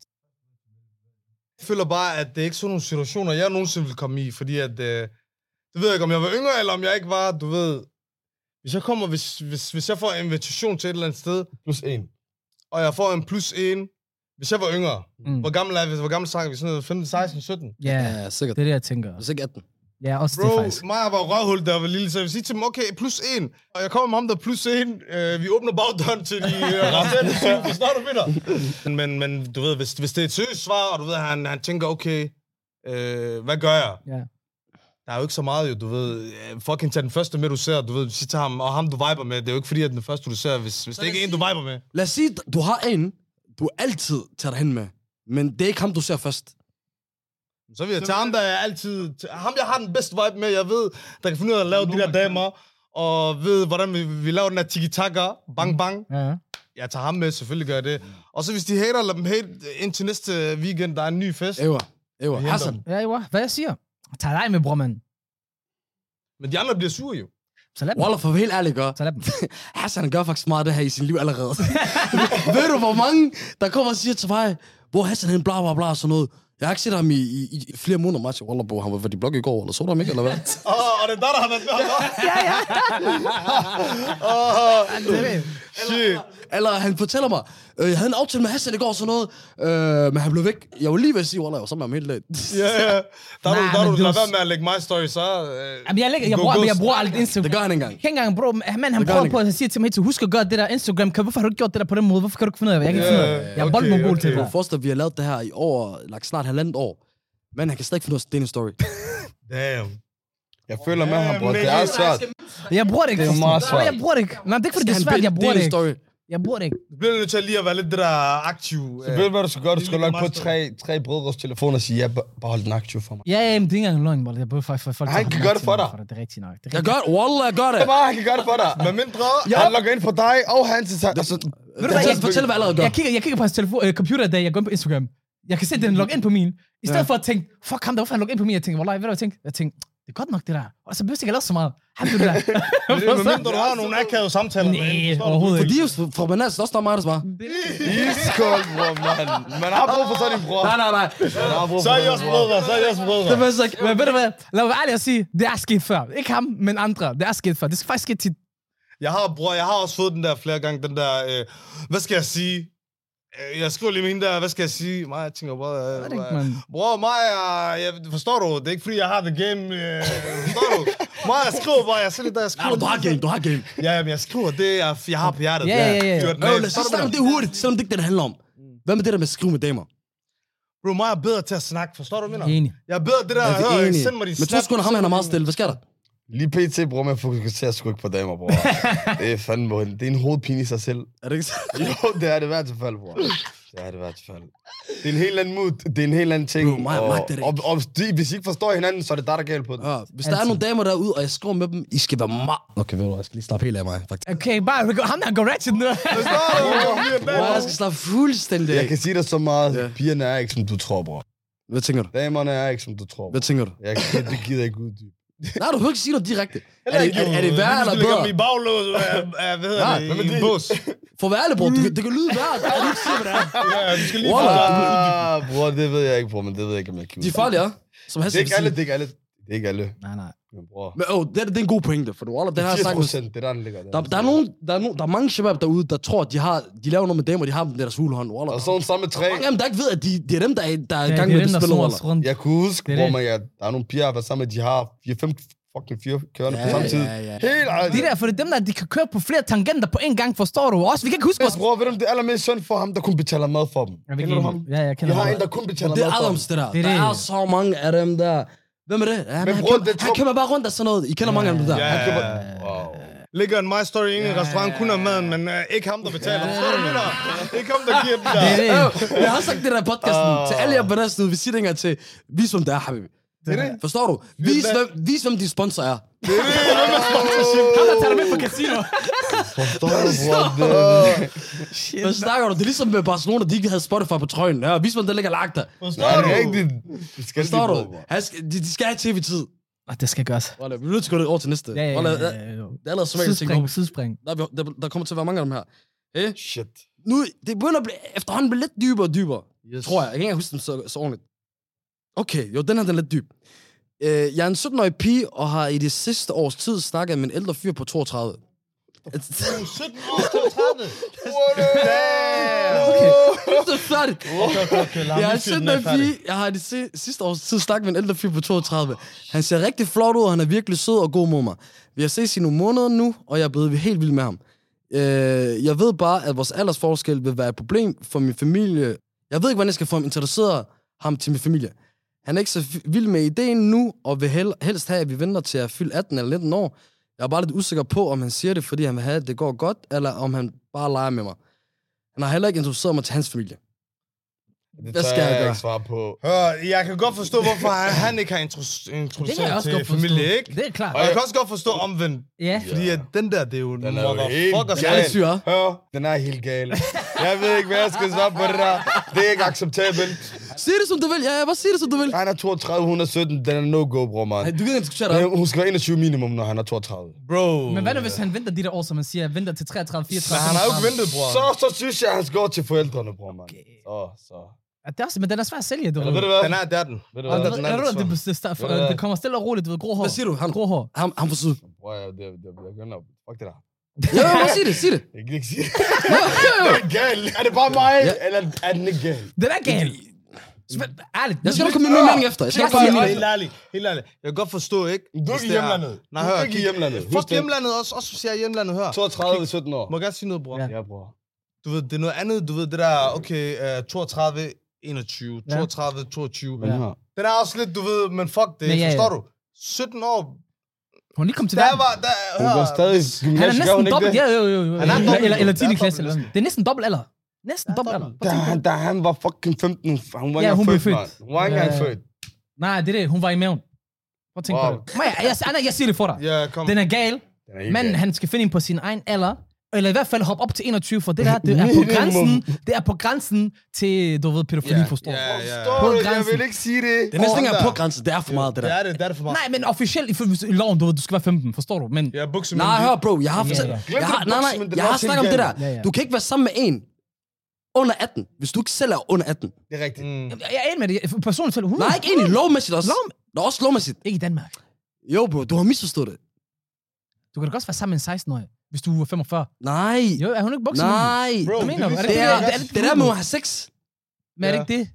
E: Jeg føler bare, at det er ikke sådan nogle situationer, jeg nogensinde vil komme i, fordi at, øh, det ved jeg ikke, om jeg var yngre, eller om jeg ikke var, du ved, hvis jeg kommer, hvis, hvis, hvis jeg får en invitation til et eller andet sted,
C: Plus en.
E: og jeg får en plus en, hvis jeg var yngre,
A: Mm.
E: hvor gammel er vi, hvor gammel sang vi, sådan noget femten, seksten, sytten?
A: ja,
B: Ja, sikkert.
A: det er det, jeg tænker.
B: Hvis ikke atten.
A: Ja, også det
E: Bro,
A: faktisk.
E: mig var røvhul, der var lille, så jeg vil sige til dem, okay, plus en, og jeg kommer med ham, der er plus en, øh, vi åbner bagdøren til de øh, resterende syv, forstår du, Peter? Men, men du ved, hvis, hvis det er et seriøst svar, og du ved, han, han tænker, okay, øh, hvad gør jeg?
A: Ja.
E: Der er jo ikke så meget, jo, du ved. øh, Fucking tag den første med, du ser, du ved, sig til ham, og ham, du viber med. Det er jo ikke fordi, at den første, du ser, hvis, hvis det ikke er en, du viber med.
B: Lad os sige, du har en, du altid tager dig hen med, men det er ikke ham, du ser først.
E: Så vil jeg tage ham, der er altid... Ham, jeg har den bedste vibe med, jeg ved, der kan finde ud af at lave de der damer, og ved, hvordan vi, vi laver den der tiki-taka, bang bang.
A: Ja, ja.
E: Jeg tager ham med, selvfølgelig gør jeg det. Og så hvis de hater, lad dem hate indtil næste weekend, der er en ny fest.
B: Ewa, Ewa,
E: henter
B: Hassan.
E: dem.
A: Ja, jo, hvad jeg siger? Tag dig med, bror, mand.
E: Men de andre bliver sure, jo.
A: Så lad dem.
B: Wallah, for at være helt ærlig, gør.
A: Så lad dem.
B: Hassan gør faktisk meget af det her i sin liv allerede. Ved du, hvor mange, der kommer og siger til mig, hvor Hassan han bla bla bla og sådan noget. Jeg har ikke set ham i, i, i flere måneder, Martin. Wallah, bro, han var ved de blog i går, eller så du ham ikke, eller hvad?
E: Åh, oh, og det er der, der har været med ham.
A: Ja, ja.
E: Åh,
A: Det er det.
E: shit.
B: Eller han fortæller mig, øh, jeg havde en aftale med Hassan i går og sådan noget, øh, men han blev væk. Jeg var lige ved at sige, Wallah, jeg var sammen med ham hele dagen.
E: Ja, ja. Der er du,
A: Nej,
E: der er
A: men
E: du,
A: det
E: lad
A: var-
E: være med at lægge my story, så... Øh,
A: Jamen, jeg, lægger, jeg,
E: Go
A: bruger, men jeg
E: ghost.
A: bruger aldrig Instagram.
B: Det gør han ikke engang.
A: Ikke engang, bro. Man, han
B: Det gør
A: prøver
B: han
A: på at sige til mig, husk at gøre det der Instagram. Kan, hvorfor har du ikke gjort det der på den måde? Hvorfor kan du ikke finde ud af det? Jeg kan ikke finde ud af det. Jeg er
E: okay,
A: boldmongol
E: okay.
A: til det
B: Du
A: der.
B: forestiller, at vi har lavet det her i over, like snart halvandet år. Men han kan slet ikke finde ud af at dele en story.
E: damn.
C: Jeg føler med ham, bror. Det er svært.
A: Jeg bruger det ikke.
C: Det er meget
A: forstår du?
C: svært.
A: Jeg bruger det ikke. Nej, det er ikke, fordi det er
B: Han
A: svært. Jeg
B: dele
A: bruger det
B: en
A: ikke.
B: story.
A: Jeg bruger det ikke.
E: Du bliver nødt til at lige at være lidt det der aktiv.
C: Så ved du, hvad du skal gøre? Du skal logge på tre, tre brødres telefon og sige, ja, bare hold den aktiv for mig.
A: Ja, ja, men det er ikke engang løgn, bror. Det er både for, for folk,
C: Han
A: der har
C: kan
A: den
C: gøre det
A: aktiv
C: for
A: nok
C: dig.
A: Det er rigtigt nok. Det er
B: Jeg
A: rigtigt.
B: gør det. Wallah, jeg gør det.
C: Det er bare, han kan gøre det for dig.
E: Med mindre...
C: Han logger ind for dig og hans... Altså,
A: Ved du hvad,
B: Jeg fortæller, hvad jeg allerede gør.
A: Jeg kigger, jeg kigger på hans telefon, øh, computer i dag. Jeg går ind på Instagram. Jeg kan se, at den logger ind på min. I stedet ja. for at tænke, fuck ham, der hvorfor han logger ind på min. Jeg tænkte, wallah, ved du, jeg tænkte? Jeg tænkte, det er godt nok det der. Og så behøver jeg ikke så meget. Han du det der.
E: Det er med mindre, du har nogle akavede samtaler med hende.
A: Nej, overhovedet
B: Fordi
A: ikke.
B: jo, fra Banas, også der er mig, der svarer.
C: Iskold, bror, mand. Man har brug for sådan en bror.
B: Nej, nej, nej.
C: Man har brug for
E: Så er I
C: sådan en
E: også
C: bror.
E: brødre, så er I også brødre.
B: Det var så ikke.
A: Men ved du hvad? Lad mig være ærlig at sige, det er sket før. Ikke ham, men andre. Det er sket før. Det skal faktisk ske tit.
E: Jeg har, bror, jeg har også fået den der flere gange, den der, øh, hvad skal jeg sige? Øh, Jeg skriver lige med hende der, hvad skal jeg sige? Mig, jeg tænker bare,
A: Det er det ikke, mand.
E: bror, mig, jeg, forstår du? Det er ikke fordi, jeg har the game, øh, forstår du? Mig, jeg skriver bare, jeg ser lidt der, jeg
B: Nej,
E: skriver.
B: du har game, du har game.
E: Ja, men jeg skriver det, jeg, jeg har på hjertet.
A: Ja, ja, ja.
E: Fyr den
B: Øh,
E: af.
B: lad os snakke om det hurtigt, selvom det ikke er det, det handler om. Hvad med det der med at skrive med damer?
E: Bro, mig er bedre til at snakke, forstår du, mener?
A: Enig.
E: Jeg er bedre det der,
B: Er vi
E: hør,
B: enige?
E: send mig de
B: Men to sekunder, ham han er meget stille. Hvad sker der?
C: Lige pt, bror, man fokuserer sgu ikke på damer, bror. Det er fandme, det er en hovedpine i sig selv.
B: Er det ikke så?
C: Jo, det er det hvert fald, bror. Det er det hvert fald. Det er en helt anden mood, det er en helt anden ting.
B: Bro, mig-
C: og,
B: mig, det er det
C: og, og, og de, hvis I ikke forstår hinanden, så er det der, der er galt på den.
B: Ja, hvis der er nogle damer derude, og jeg skriver med dem, I skal være meget... Okay, ved du, jeg skal lige slappe helt af mig, faktisk.
A: Okay, bare ham der går ratchet nu.
B: Bro, jeg skal slappe fuldstændig
C: Jeg
B: af.
C: kan sige dig så meget,
B: Ja.
C: pigerne er ikke, som du tror, bror.
B: Hvad tænker du?
C: Damerne er ikke, som du tror,
B: Hvad
C: bror.
B: tænker du?
C: Jeg kan, det gider jeg ikke uddybe.
B: Nej, du behøver ikke sige noget direkte. Er det, er, er det værre eller
E: Du lægger
B: bedre?
E: dem i baglås, af, hvad hedder
B: Nej,
E: det,
B: hvad
E: i
B: med
E: en
B: det?
E: bås.
B: For at være ærlig, bror, du, det kan lyde værre. Jeg kan ikke sige, hvad det er.
E: Ja, du skal lige...
B: Wallah.
C: Ah, bror, det ved jeg ikke, bror, men det ved jeg ikke, om jeg kan
B: De er farlige, ja? Som
C: Det
B: Hassan
C: er ikke alle,
B: vil
C: det er ikke alle. Det er ikke alle.
A: Nej, nej.
C: Men bror,
B: Men åh, det, er, det er en god pointe, for du Wallah, det har jeg
C: firs
B: sagt. med-
C: procent, det er der, den ligger.
B: Der, der, er nogen, der, er nogen, der er mange shabab derude, der tror, at de, har, de laver noget med damer, de har dem i deres hulehånd. Wallah.
C: Og så en samme tre.
B: Mange af dem, der ikke ved, at de, det er dem, der er, der er i
A: Ja,
B: gang
A: det
B: med
A: er
B: det
A: den, der
B: spil.
A: snor
B: Wallah.
A: os rundt.
C: Jeg kunne huske,
A: Det er
C: hvor
A: det.
C: man, ja, der er nogle piger, der har været sammen med, de har fire, fem, fucking fire kørende på
B: Ja,
C: samme tid.
B: ja, ja.
C: Helt ærligt.
A: De der, for det er dem der, de kan køre på flere tangenter på en gang, forstår du? Også, vi kan ikke huske vores...
C: Yes, bror, ved du, det er allermest synd for ham, der kun betaler mad for dem.
A: Jeg vil
C: Kender du
A: ikke-
C: ham?
A: Ja, jeg kender
C: Jeg har
A: ham.
C: en, der kun betaler
B: Det
C: mad
B: er
C: for dem.
B: Adams, det der.
A: Det er
B: Der
A: det.
B: er så mange af dem der. Hvem er det? Ja, men
C: Men
B: han,
C: bror,
B: køber,
C: det
B: han
C: tror-
B: køber bare rundt af sådan noget. I kender mange af dem der.
E: Ja,
C: Han
E: ja,
C: køber...
E: ja.
C: Wow.
E: Ligger en My Story inde i en restaurant, kun af maden, men uh, ikke ham, der betaler. Forstår du, mener? Ikke ham, der giver den der.
A: Det er det.
B: Øh, Jeg har sagt det der i podcasten til alle jer Banas nu. Vi siger det engang til, vis hvem det er, Habibi.
E: Det er det.
B: Forstår du? Vis hvem, vis, hvem de sponsor er.
A: Ham der tager dig med på casino.
C: Forstår du, bror? Det
B: Hvad snakker du? Det er ligesom med Barcelona, de ikke havde Spotify på trøjen. Ja, vis hvem der ligger lagt der.
E: Forstår
C: er
E: du?
C: rigtigt. Det skal
B: Forstår
C: de,
B: du?
C: bror.
B: Han skal, de, de skal have tv-tid.
A: Og det skal gøres.
B: Wallah, vi er nødt til at gå det over til næste.
A: Ja, ja,
B: Wallah,
A: ja.
B: der-
A: ja, ja.
B: Det er allerede svært at tænke
A: Sidspring,
B: over.
A: sidspring.
B: Der, er vi- der, der kommer til at være mange af dem her. Hey?
C: Shit.
B: Nu, det begynder at blive, efterhånden blive lidt dybere og dybere.
C: Yes.
B: Tror jeg. Jeg kan ikke engang huske den så, så ordentligt. Okay, jo, den her den er lidt dyb. Øh, jeg er en sytten-årig pige, og har i det sidste års tid snakket med en ældre fyr på toogtredive.
E: sytten år, toogtredive.
B: Okay, det er færdigt.
E: Okay, okay, okay. Lad
B: Jeg er
E: mig
B: en
E: fyre den af
B: sytten-årig
E: færdig.
B: pige, jeg har i det si- sidste års tid snakket med en ældre fyr på toogtredive. Han ser rigtig flot ud, og han er virkelig sød og god mod mig. Vi har ses i nogle måneder nu, og jeg er blevet helt vild med ham. Øh, jeg ved bare, at vores aldersforskel vil være et problem for min familie. Jeg ved ikke, hvordan jeg skal få ham introduceret ham til min familie. Han er ikke så f- vild med ideen nu, og vil hel- helst have, at vi venter til at fylde atten eller nitten år. Jeg er bare lidt usikker på, om han siger det, fordi han vil have, at det går godt, eller om han bare leger med mig. Han har heller ikke introduceret mig til hans familie.
C: Det
B: Hvad
C: tør
B: skal jeg
C: jeg
B: gøre?
C: ikke svare på.
E: Hør, jeg kan godt forstå, hvorfor han, han ikke har intro-
A: Det kan jeg
E: introduceret
A: også
E: til
A: godt forstå.
E: familie, ikke?
A: Det er klart.
E: Og jeg kan også godt forstå omvendt.
A: Ja.
E: Fordi at den der, det er jo
C: Den er jo
E: motherfuckers
C: helt
B: Jeg er lidt syg, ja?
C: Hør, den er helt gal. Jeg ved ikke, hvad jeg skal svare på det der. Det er ikke acceptabelt.
B: Sig det, som du vil. Ja, ja, bare sig det, som du vil.
C: Han er toogtredive, hun er sytten. Den er no-go, bror,
B: Nej,
C: man.
B: du kan ikke diskutere det.
C: Hun skal være enogtyve minimum, når han er toogtredive.
E: Bro.
A: Men hvad nu, hvis han venter de der år, som man siger, venter til treogtredive,
E: Men
A: fireogtredive?
E: han har jo ikke ventet, bror.
C: Så, så synes jeg, han skal gå til forældrene, bror, man. Så, så.
A: Ja, det er også, men den er svær at sælge, du
C: Eller
A: ved.
C: ved du hvad?
E: Den er, det er den.
C: Ved du
A: Og
C: hvad?
A: du
E: den
A: ved-
E: er
A: er
E: lidt
A: du, det, det, det,
C: Ved du hvad?
A: det kommer stille og roligt, du ved, grå hår.
B: Hvad siger du? Han,
A: Grå hår.
B: han, han får syd.
C: Bror, jeg, det, det, jeg begynder at... Fuck det der.
B: Ja, ja, sig det, sig det.
C: Jeg kan ikke sige det. Det er gal. Er det bare mig,
B: Ja.
C: eller er den ikke gal?
A: Den er gal. Spil- Ærligt.
B: Jeg skal nok komme med min mening efter. Jeg skal nok
E: Helt
B: komme med min
E: ærligt,
B: mening.
E: helt ærligt, helt ærligt. Jeg kan godt forstå, ikke?
C: Du er
E: Hvis
C: ikke i
E: det er-
C: hjemlandet.
E: Nej,
C: Du
E: hør.
C: er ikke i
E: kig-
C: hjemlandet. Husk
E: Fuck
C: det.
E: hjemlandet også, også hvis jeg er hjemlandet, hør.
C: toogtredive, sytten år.
E: Må jeg godt sige noget, bror?
A: Ja.
C: Ja, bror.
E: Du ved, det er noget andet, du ved, det der, okay, uh, toogtredive, enogtyve,
A: Ja.
E: toogtredive, toogtyve.
C: Men her.
E: Den er også lidt, du ved, men fuck det,
A: Men ja, ja.
E: forstår du? sytten år,
A: Hun er lige kommet til
E: der
A: verden.
E: var, der,
C: Hun
E: hør,
C: går stadig
E: hvis-
A: Han er
C: gymnasiet, gør
A: næsten
C: hun ikke
A: dobbelt.
C: det?
A: Ja, jo, jo, jo.
E: Han er
A: Eller,
E: dobbelt.
A: eller, eller
E: Han
A: tiende
E: er
A: klasse.
E: dobbelt.
A: Eller. Det er næsten dobbelt alder. Næsten dobbelt alder.
C: Da han, da han var fucking femten, hun var ikke
A: Ja,
C: engang
A: hun blev
C: født,
A: født.
C: mand. Hun var ikke
A: Ja,
C: engang
A: ja.
C: født.
A: Nej, det er det. Hun var i maven. Prøv at tænke
C: Wow.
A: på det. Men jeg, jeg, jeg, jeg siger det for dig.
E: Ja, kom.
A: Den er gal,
C: Den er helt
A: men
C: gal.
A: han skal finde en på sin egen alder, Eller i hvert fald hoppe op til enogtyve, for det der, det er på grænsen, det er på grænsen til, du ved, pædofili,
E: Ja,
A: forstår du?
E: ja, ja.
A: På
C: Jeg
A: grænsen.
C: vil ikke sige det.
B: Det er næsten ikke
E: Åh,
B: engang på
E: der.
B: grænsen. Det er for meget, det
E: Det
B: der.
E: er det, det er det for meget.
A: Nej, men officielt ifølge i loven, du ved, du skal være femten, forstår du? Men
E: Ja, bukser
B: Nej, hør, bro. Jeg har,
A: Ja,
B: ja,
A: ja.
B: jeg har, nej,
E: bukser, men
B: nej,
E: det
B: jeg
E: er
B: har
E: også
B: snakket om det der.
A: Ja, ja.
B: Du kan ikke være sammen med en under atten, hvis du ikke selv er under atten.
E: Det er rigtigt. Mm.
A: jeg er enig med det. Personligt selv, hundrede.
B: Nej, ikke enig. Lovmæssigt også.
A: Lov-
B: Der er også lovmæssigt.
A: Ikke i Danmark.
B: Jo, bro. Du har misforstået det.
A: Du kan da godt være sammen med en seksten-årig, hvis du er femogfyrre.
B: Nej.
A: Jo, er hun ikke bokser?
B: Nej.
E: Bro,
A: Hvad mener du? Er det
B: Det er,
A: det, er det,
B: det der med at have sex.
A: Men er det ikke det?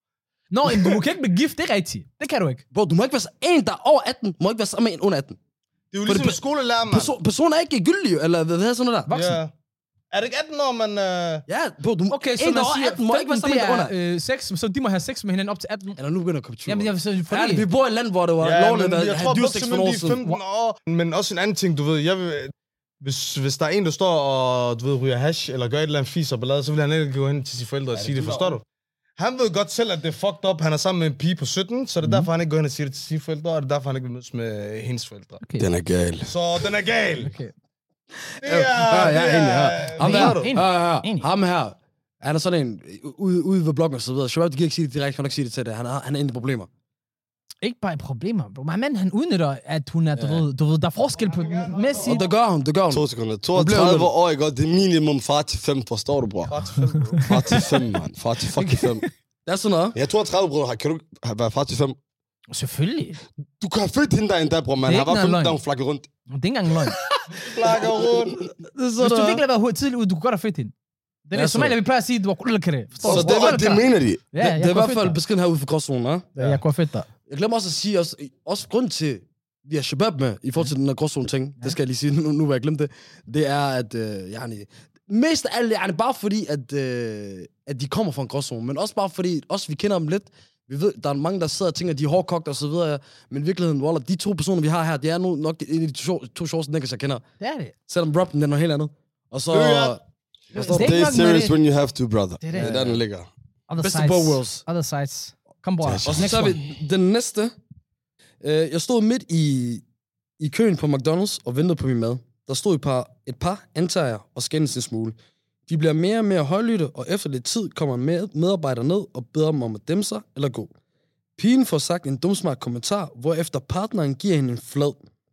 A: Nå, men du kan ikke blive gift, det er rigtigt. Det kan du ikke.
B: Bro, du må ikke være s- en, der er over atten, må ikke være sammen med en under atten.
E: Det er jo
B: For
E: ligesom
B: det-
E: skolelærer, mand.
B: Person, personen er ikke gyldig, jo, eller hvad, hvad er sådan noget der?
A: Voksen.
E: Ja. Er det ikke atten år, man... Øh...
B: Ja, bro, du,
A: Okay, så
B: en, der
A: man
B: er over
A: siger,
B: atten, må ikke være sammen
A: det
B: med en under.
A: er øh, sex, så de må have sex med hinanden op til atten.
B: Eller nu begynder jeg at komme i tvivl.
A: Jamen, jeg vil så
B: Ja,
A: fordi...
B: vi bor i et land, hvor det var
E: Ja,
B: lovligt
E: men
B: at
E: jeg
B: have
E: tror,
B: dyrsex for nogle år
E: buksemænd, de er
B: siden.
E: femten år. Men også en anden ting, du ved. Jeg vil, hvis, hvis der er en, der står og du ved, ryger hash, eller gør et eller andet fis og ballade, så vil han ikke gå hen til sine forældre og sige det, forstår du? Han ved godt selv, at det er fucked up. Han er sammen med en pige på sytten, så det er derfor, han ikke går hen og siger det til sine forældre, og det er derfor, han ikke vil mødes med hendes forældre.
A: Okay.
C: Den er gal.
E: Så den er gal.
A: Okay.
E: Det er...
B: Ja, ja,
E: det
B: enig,
E: er-
B: ja. Ham
A: Enig,
B: her,
A: enig,
B: ja, ja,
A: enig.
B: ham her, han er sådan en, ude, ude ved bloggen og så videre. Shabab, du kan ikke sige det direkte, kan du ikke sige det til det. Han er, han er inde i problemer.
A: Ikke bare i problemer, bro. Men mand, han udnytter, at hun er, du, ved, du ved, der er forskel på Messi.
B: Og det gør hun, det gør hun.
C: To sekunder.
B: bliver
C: toogtredive
B: udnyttet.
C: år, ikke? Og det er minimum far til fem, forstår du, bror?
E: Far til fem, bro.
C: Far til fem, mand. Far til fucking fem.
B: Det er sådan noget.
C: Jeg er toogtredive, bror. Kan du ikke være far til fem?
A: Selvfølgelig.
C: Du kan have født hende der endda, bror, man.
A: Det er
C: Han var
A: ikke
C: femten,
A: noget
C: da
A: løgn.
C: hun flakkede rundt.
A: Det er ikke engang løgn.
E: Flakker rundt.
B: Det er
A: Hvis
B: sådan
A: du
B: noget.
A: virkelig har været tidligt ude, du kunne godt have født hende. Det er
B: Ja,
A: det,
B: så-
A: Somalia, vi plejer at sige, du var kullakere. Forstår
C: Så
A: du?
C: det, var, det mener de.
A: Ja,
B: Det,
A: jeg
B: det er i
A: kunne
B: hvert
A: have
B: fald
A: fedt
B: beskeden her ude for gråzonen, ja?
A: dig. Ja, jeg kunne have fedt dig.
B: Jeg glemmer også at sige, også, også grund til, vi har Shabab med, i forhold til den her gråzone ting, det skal jeg lige sige, nu, nu vil jeg glemme det, det er, at, øh, yani, mest af alt, yani, bare fordi, at, øh, at de kommer fra en gråzone, men også bare fordi, også vi kender dem lidt, vi ved, der er mange, der sidder og tænker, at de er hårdkogt og så videre, men i virkeligheden, Waller, de to personer, vi har her, det er nu nok en af de to, to sjoveste niggas, jeg kender.
A: Det er det.
B: Selvom Rob, den er noget helt andet. Og så...
E: Øh, ja.
B: Forstår
A: Det
B: du?
A: er
C: Stay
A: ikke nok med
C: serious
A: det.
C: when you have to, brother.
A: Det er
C: Det
A: det.
C: er der, den ligger.
A: Other
B: Best of
A: sides.
B: both worlds.
A: Other sides. Kom, bror.
C: Og
B: Og så
A: Next
B: tager
A: one.
B: vi den næste. Øh, jeg stod midt i, i køen på McDonald's og ventede på min mad. Der stod et par, et par antager og skændes en smule. De bliver mere og mere højlytte, og efter lidt tid kommer en med, medarbejder ned og beder dem om at dæmme sig eller gå. Pigen får sagt en dumsmart kommentar, hvorefter partneren giver hende en flad.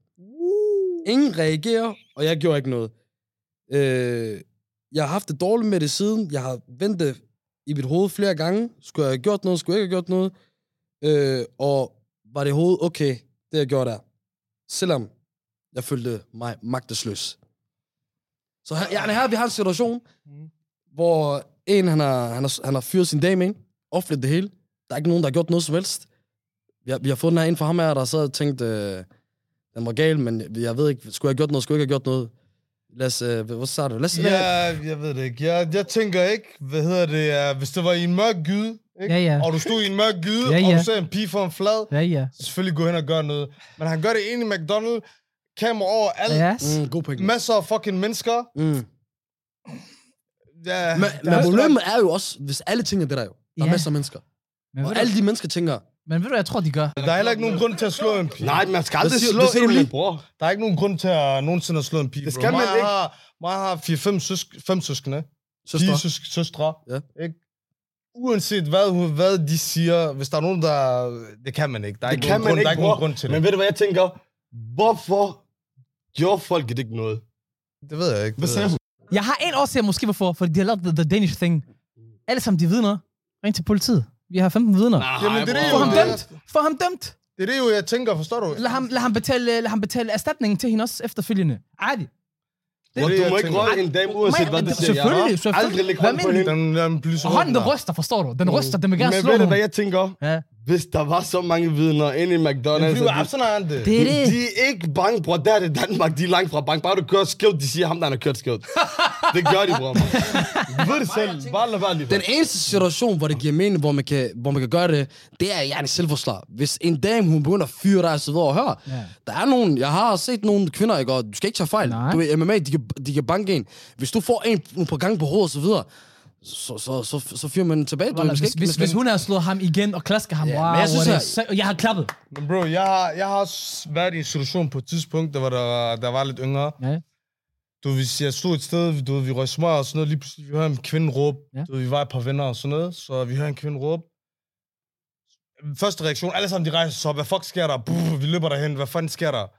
B: Ingen reagerer, og jeg gjorde ikke noget. Øh, jeg har haft det dårligt med det siden. Jeg har vendt det i mit hoved flere gange. Skulle jeg have gjort noget? Skulle jeg ikke have gjort noget? Øh, og var det i hovedet okay, det jeg gjorde der? Selvom jeg følte mig magtesløs. Så her, ja, her vi har en situation, hvor en, han har, han har, han har fyret sin dame ind, offentligt det hele. Der er ikke nogen, der har gjort noget som helst. Vi har, vi har fået den her ind for ham her, der sad og tænkt, øh, den var gal, men jeg ved ikke, skulle jeg have gjort noget, skulle jeg ikke have gjort noget? Lad os, øh, hvad sagde du? Lad os,
E: Ja, jeg ved det ikke. Jeg, jeg tænker ikke, hvad hedder det, uh, hvis det var i en mørk gyde, ikke?
A: Ja, ja.
E: Og du stod i en mørk gyde,
A: Ja,
E: og
A: ja.
E: du ser en pige for en flad,
A: Ja, ja.
E: så selvfølgelig gå hen og gøre noget. Men han gør det inde i McDonald's, kamera over alt,
A: Yes.
B: Mm, god point.
E: masser af fucking mennesker.
B: Mm.
E: Ja,
B: Men,
E: der
B: men
E: er
B: problemet er jo også, hvis alle tænker det der jo. Der er
A: Ja.
B: masser af mennesker.
A: Men ved,
B: Og
A: du,
B: alle de mennesker tænker,
A: men ved du, hvad jeg tror, de gør?
E: Der er heller ikke nogen grund til at slå en pige.
C: Nej, man skal aldrig
B: Hvad siger-
C: slå
B: hvad siger du
C: en,
B: lige?
C: min bror.
E: Der er ikke nogen grund til at nogensinde at slå en pige,
C: Det
E: bro.
C: skal man
E: Mig
C: ikke.
E: Har, mig har fire-fem søsk, fem søskende.
B: søstre.
E: Fire søsk, søstre.
B: Ja.
E: Ikke? Uanset hvad, hvad de siger, hvis der er nogen, der... Det kan man ikke. Der er
C: Det
E: ikke
C: kan
E: nogen
C: man
E: grund,
C: ikke,
E: der er ikke nogen
C: bror.
E: grund til det.
C: Men ved du, hvad jeg tænker? Hvorfor gjorde folket ikke noget?
E: Det ved jeg ikke.
C: Hvad
E: det ved
C: sagde
E: jeg
C: hun?
A: Jeg har en årsag måske, hvorfor. Fordi de har lavet the, the Danish thing. Alle sammen, de vidner. Ring til politiet. Vi har femten vidner.
E: Jamen, det er det
A: Få
E: jo.
A: ham
E: det er-
A: dømt. Få ham dømt.
E: Det er det jo, jeg tænker, forstår du?
A: Lad ham, lad ham, betale, lad ham betale erstatningen til hende også efterfølgende. Ærligt.
C: Bror,
E: det,
C: du
E: jeg
C: må ikke
E: tænker.
C: røre en dame, uanset hvad det siger.
A: Selvfølgelig,
C: Ja.
A: selvfølgelig.
C: Aldrig lægge
A: Hvad
C: hånd på
A: mener du?
C: hende.
E: Den, den blyser
A: Og hånden, den
E: rundt,
A: ryster, forstår du? Den ryster, den vil gerne
C: Men
A: slå
C: ved du,
A: ham.
C: hvad jeg tænker?
A: Ja.
C: Hvis der var så mange vidner inde i
E: der.
C: McDonald's,
E: Fordi
C: og de,
E: sådan er det.
A: Det er det.
C: de er ikke bange, bror. Der er det Danmark, de er langt fra bange. Bare du kører skævt, de siger ham, der har kørt skævt. Det gør de, bror. Du ved det selv. Bare lad være lige.
B: Den eneste situation, hvor det giver mening, hvor man kan, hvor man kan gøre det, det er gerne selvforsvar. Hvis en dame, hun begynder at fyre dig og så videre og høre,
A: Ja.
B: der er nogen, jeg har set nogle kvinder, ikke, og du skal ikke tage fejl.
A: Nej.
B: Du ved, M M A, de kan, de kan banke en. Hvis du får en på gang på hovedet og så videre, så, så, så, så, så fyrer man den tilbage. Du,
A: Wallah,
B: man skal
A: hvis,
B: ikke,
A: hvis,
B: man skal
A: hvis
B: ikke-
A: hun havde slået ham igen og klasket ham,
B: Ja,
A: wow,
B: men jeg synes,
A: hvor er
B: at-
A: det- jeg har klappet.
E: Men bro, jeg har, jeg har også været i en situation på et tidspunkt, der var, der, der var lidt yngre.
A: Ja.
E: Du ved, hvis jeg stod et sted, du ved, vi røg smør og sådan noget, lige pludselig, vi hører en kvinde råbe.
A: Ja.
E: Du ved, vi var et par venner og sådan noget, så vi hører en kvinde råbe. Første reaktion, alle sammen de rejser sig op. Hvad fuck sker der? Buh, vi løber derhen. Hvad fanden sker der?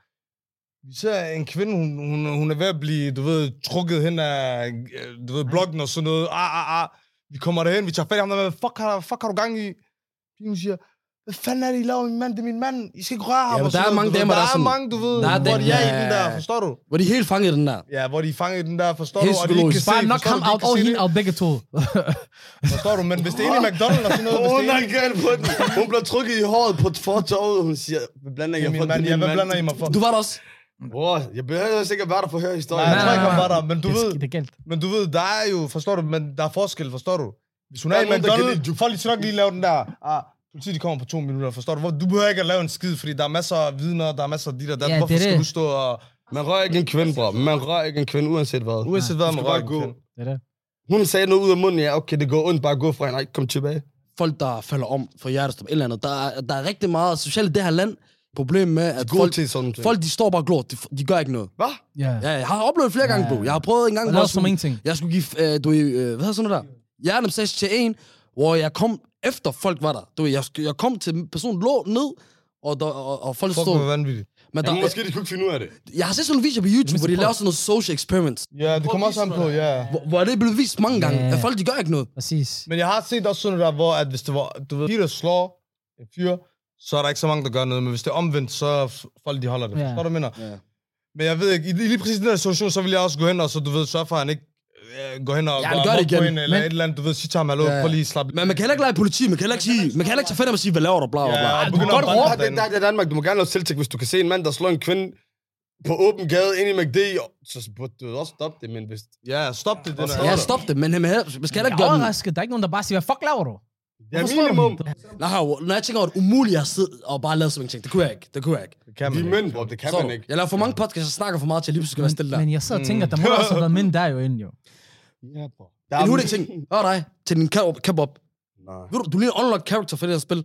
E: Vi ser en kvinde, hun, hun, hun er ved at blive, du ved, trukket hen af, du ved, blokken og sådan noget. Ah, ah, ah. Vi kommer derhen, vi tager fat i ham der, hvad fuck har, fuck har du gang i? Hun siger, hvad fanden er det, I laver, min mand? Det er min mand. I skal ikke røre ham.
B: Ja,
E: og
B: der er
E: sådan
B: mange
E: noget,
B: damer,
E: der
B: der
E: er
B: sådan-
E: mange, du ved,
B: Der er
E: hvor
B: den-
E: de er i
B: ja,
E: den der, forstår du?
B: Hvor de er helt fanget i den der.
E: Ja, hvor de er fanget i den der, forstår
B: Helt
E: du? Og de ikke kan
B: psykologisk.
E: se,
A: Bare nok
E: forstår
A: ham
E: du, de
A: out
E: ikke
A: og
E: kan se
A: hende
E: det.
A: out begge to.
E: Forstår du? Men hvis det er inde i McDonald's og sådan noget, hvis
C: Hun
E: det er
C: er gal på den. Hun bliver trykket i håret på fortovet. Hun siger, hvad blander
E: inde
C: jeg
E: i
C: for?
E: min mand,
C: Det er
E: ja,
C: min
E: hvad
C: mand.
E: blander I mig for?
B: Du var der også.
C: Bror, jeg behøver sikkert være der for at høre
E: Nej,
C: historien.
E: jeg tror ikke, han
A: nej,
E: var der, men du
A: Det er
E: ved,
A: sk- Det er galt.
E: men du ved, der er jo, forstår du, men der er forskel, forstår du? Hvis hun
C: Der
E: er
C: er
E: i
C: nogen, der kan
E: McDonald's,
C: lide-
E: folk de skal nok lige lave den der, ah, politiet de kommer på to minutter, forstår du? Hvor- Du behøver ikke at lave en skid, fordi der er masser af vidner, der er masser af de der, der.
A: Ja,
E: Hvorfor
A: det er
E: skal
A: det.
E: du stå og...
C: Man rører ikke en kvinde, bror. Man rører ikke en kvinde, uanset hvad.
E: Uanset hvad
C: Du
E: man
C: skal bare
E: rører
C: gå.
E: gå.
A: Det er det.
C: Hun sagde noget ud af munden, ja, okay, det går ondt, bare gå fra hende, ikke kom tilbage.
B: Folk, der falder om for hjertestop, et eller andet. Der er, der er rigtig meget socialt i det her land. Problemet med, at
C: God
B: folk,
C: til sådan ting.
B: folk de står bare og glor. De, de gør ikke noget.
C: Hvad?
A: Ja.
B: Ja, jeg har oplevet flere gange,
A: Ja.
B: bro. Jeg har prøvet en gang,
A: Og
B: hvor
A: lavet
B: jeg
A: som
B: skulle,
A: ingenting.
B: jeg skulle give, øh, du ved, øh, hvad hedder sådan noget der? Hjertemassage til en, hvor jeg kom efter folk var der. Du ved, jeg, jeg kom til personen lå ned, og, der, og, og folk
E: Fuck,
B: stod.
E: hvor vanvittigt.
B: Men
C: Jamen,
B: der,
C: måske de kunne ikke finde ud af det.
B: jeg har set sådan en video på YouTube,
A: Det
B: hvor de
A: er
B: laver sådan noget social experiments.
E: Ja, det kommer også an på, ja.
B: Hvor, hvor det er blevet vist mange gange,
A: Ja.
B: at folk de gør ikke noget.
A: Præcis.
E: Men jeg har set også sådan noget der, hvor at hvis det var, du ved, Peter slår en fyr, så er der ikke så mange, der gør noget. Men hvis det er omvendt, så er f- folk, de holder det.
A: Ja.
E: Forstår du, hvad jeg mener?
B: Ja.
E: Men jeg ved ikke, i i lige præcis den her situation, så vil jeg også gå hen og så, du ved, sørge for, at han ikke øh, går hen og
B: Ja,
E: går
B: han gør det
E: amok på
B: igen.
E: hende, eller
A: Men-
E: et eller andet, du ved, sig til ham, hallo,
B: Ja.
E: prøv lige at slappe
B: Men man kan heller ikke lege politi, man kan heller ikke sige, man kan heller ikke tage fat i ham og sige, hvad laver du, bla bla bla.
E: Ja,
A: du
E: begynder
A: kan
E: at
A: godt
E: brænde
A: råbe.
C: Der, der, der er Danmark, du må gerne lave selvtægt, hvis du kan se en mand, der slår en kvinde på åben gade ind i McD, så burde du også stoppe det, men hvis...
E: Ja, stop det, den
B: Ja,
E: her.
B: stop det, men man skal heller
A: Jeg
B: ikke
A: er
B: gøre den.
A: overrasket. Der er ikke nogen, der bare siger, hvad fuck laver du?
C: Ja,
A: Hvorfor slår du
C: minimum.
A: dem?
B: Nej, når jeg tænker over det umuligt at sidde og bare lade som ingenting, det kunne jeg ikke, det kunne jeg ikke.
E: Det kan
C: Vi
E: man
C: er
E: ikke.
C: mænd, bror, det kan
B: Så,
C: man ikke.
B: jeg laver for mange podcasts, jeg snakker for meget til, at lige pludselig skal være stille der.
A: Men jeg sidder og tænker, der må også have været mænd der jo inden jo.
C: Ja, bror.
B: En hurtig ting. Hør dig til din cap-up.
C: Nej.
B: Ved du, du ligner en unlocked character for det her spil.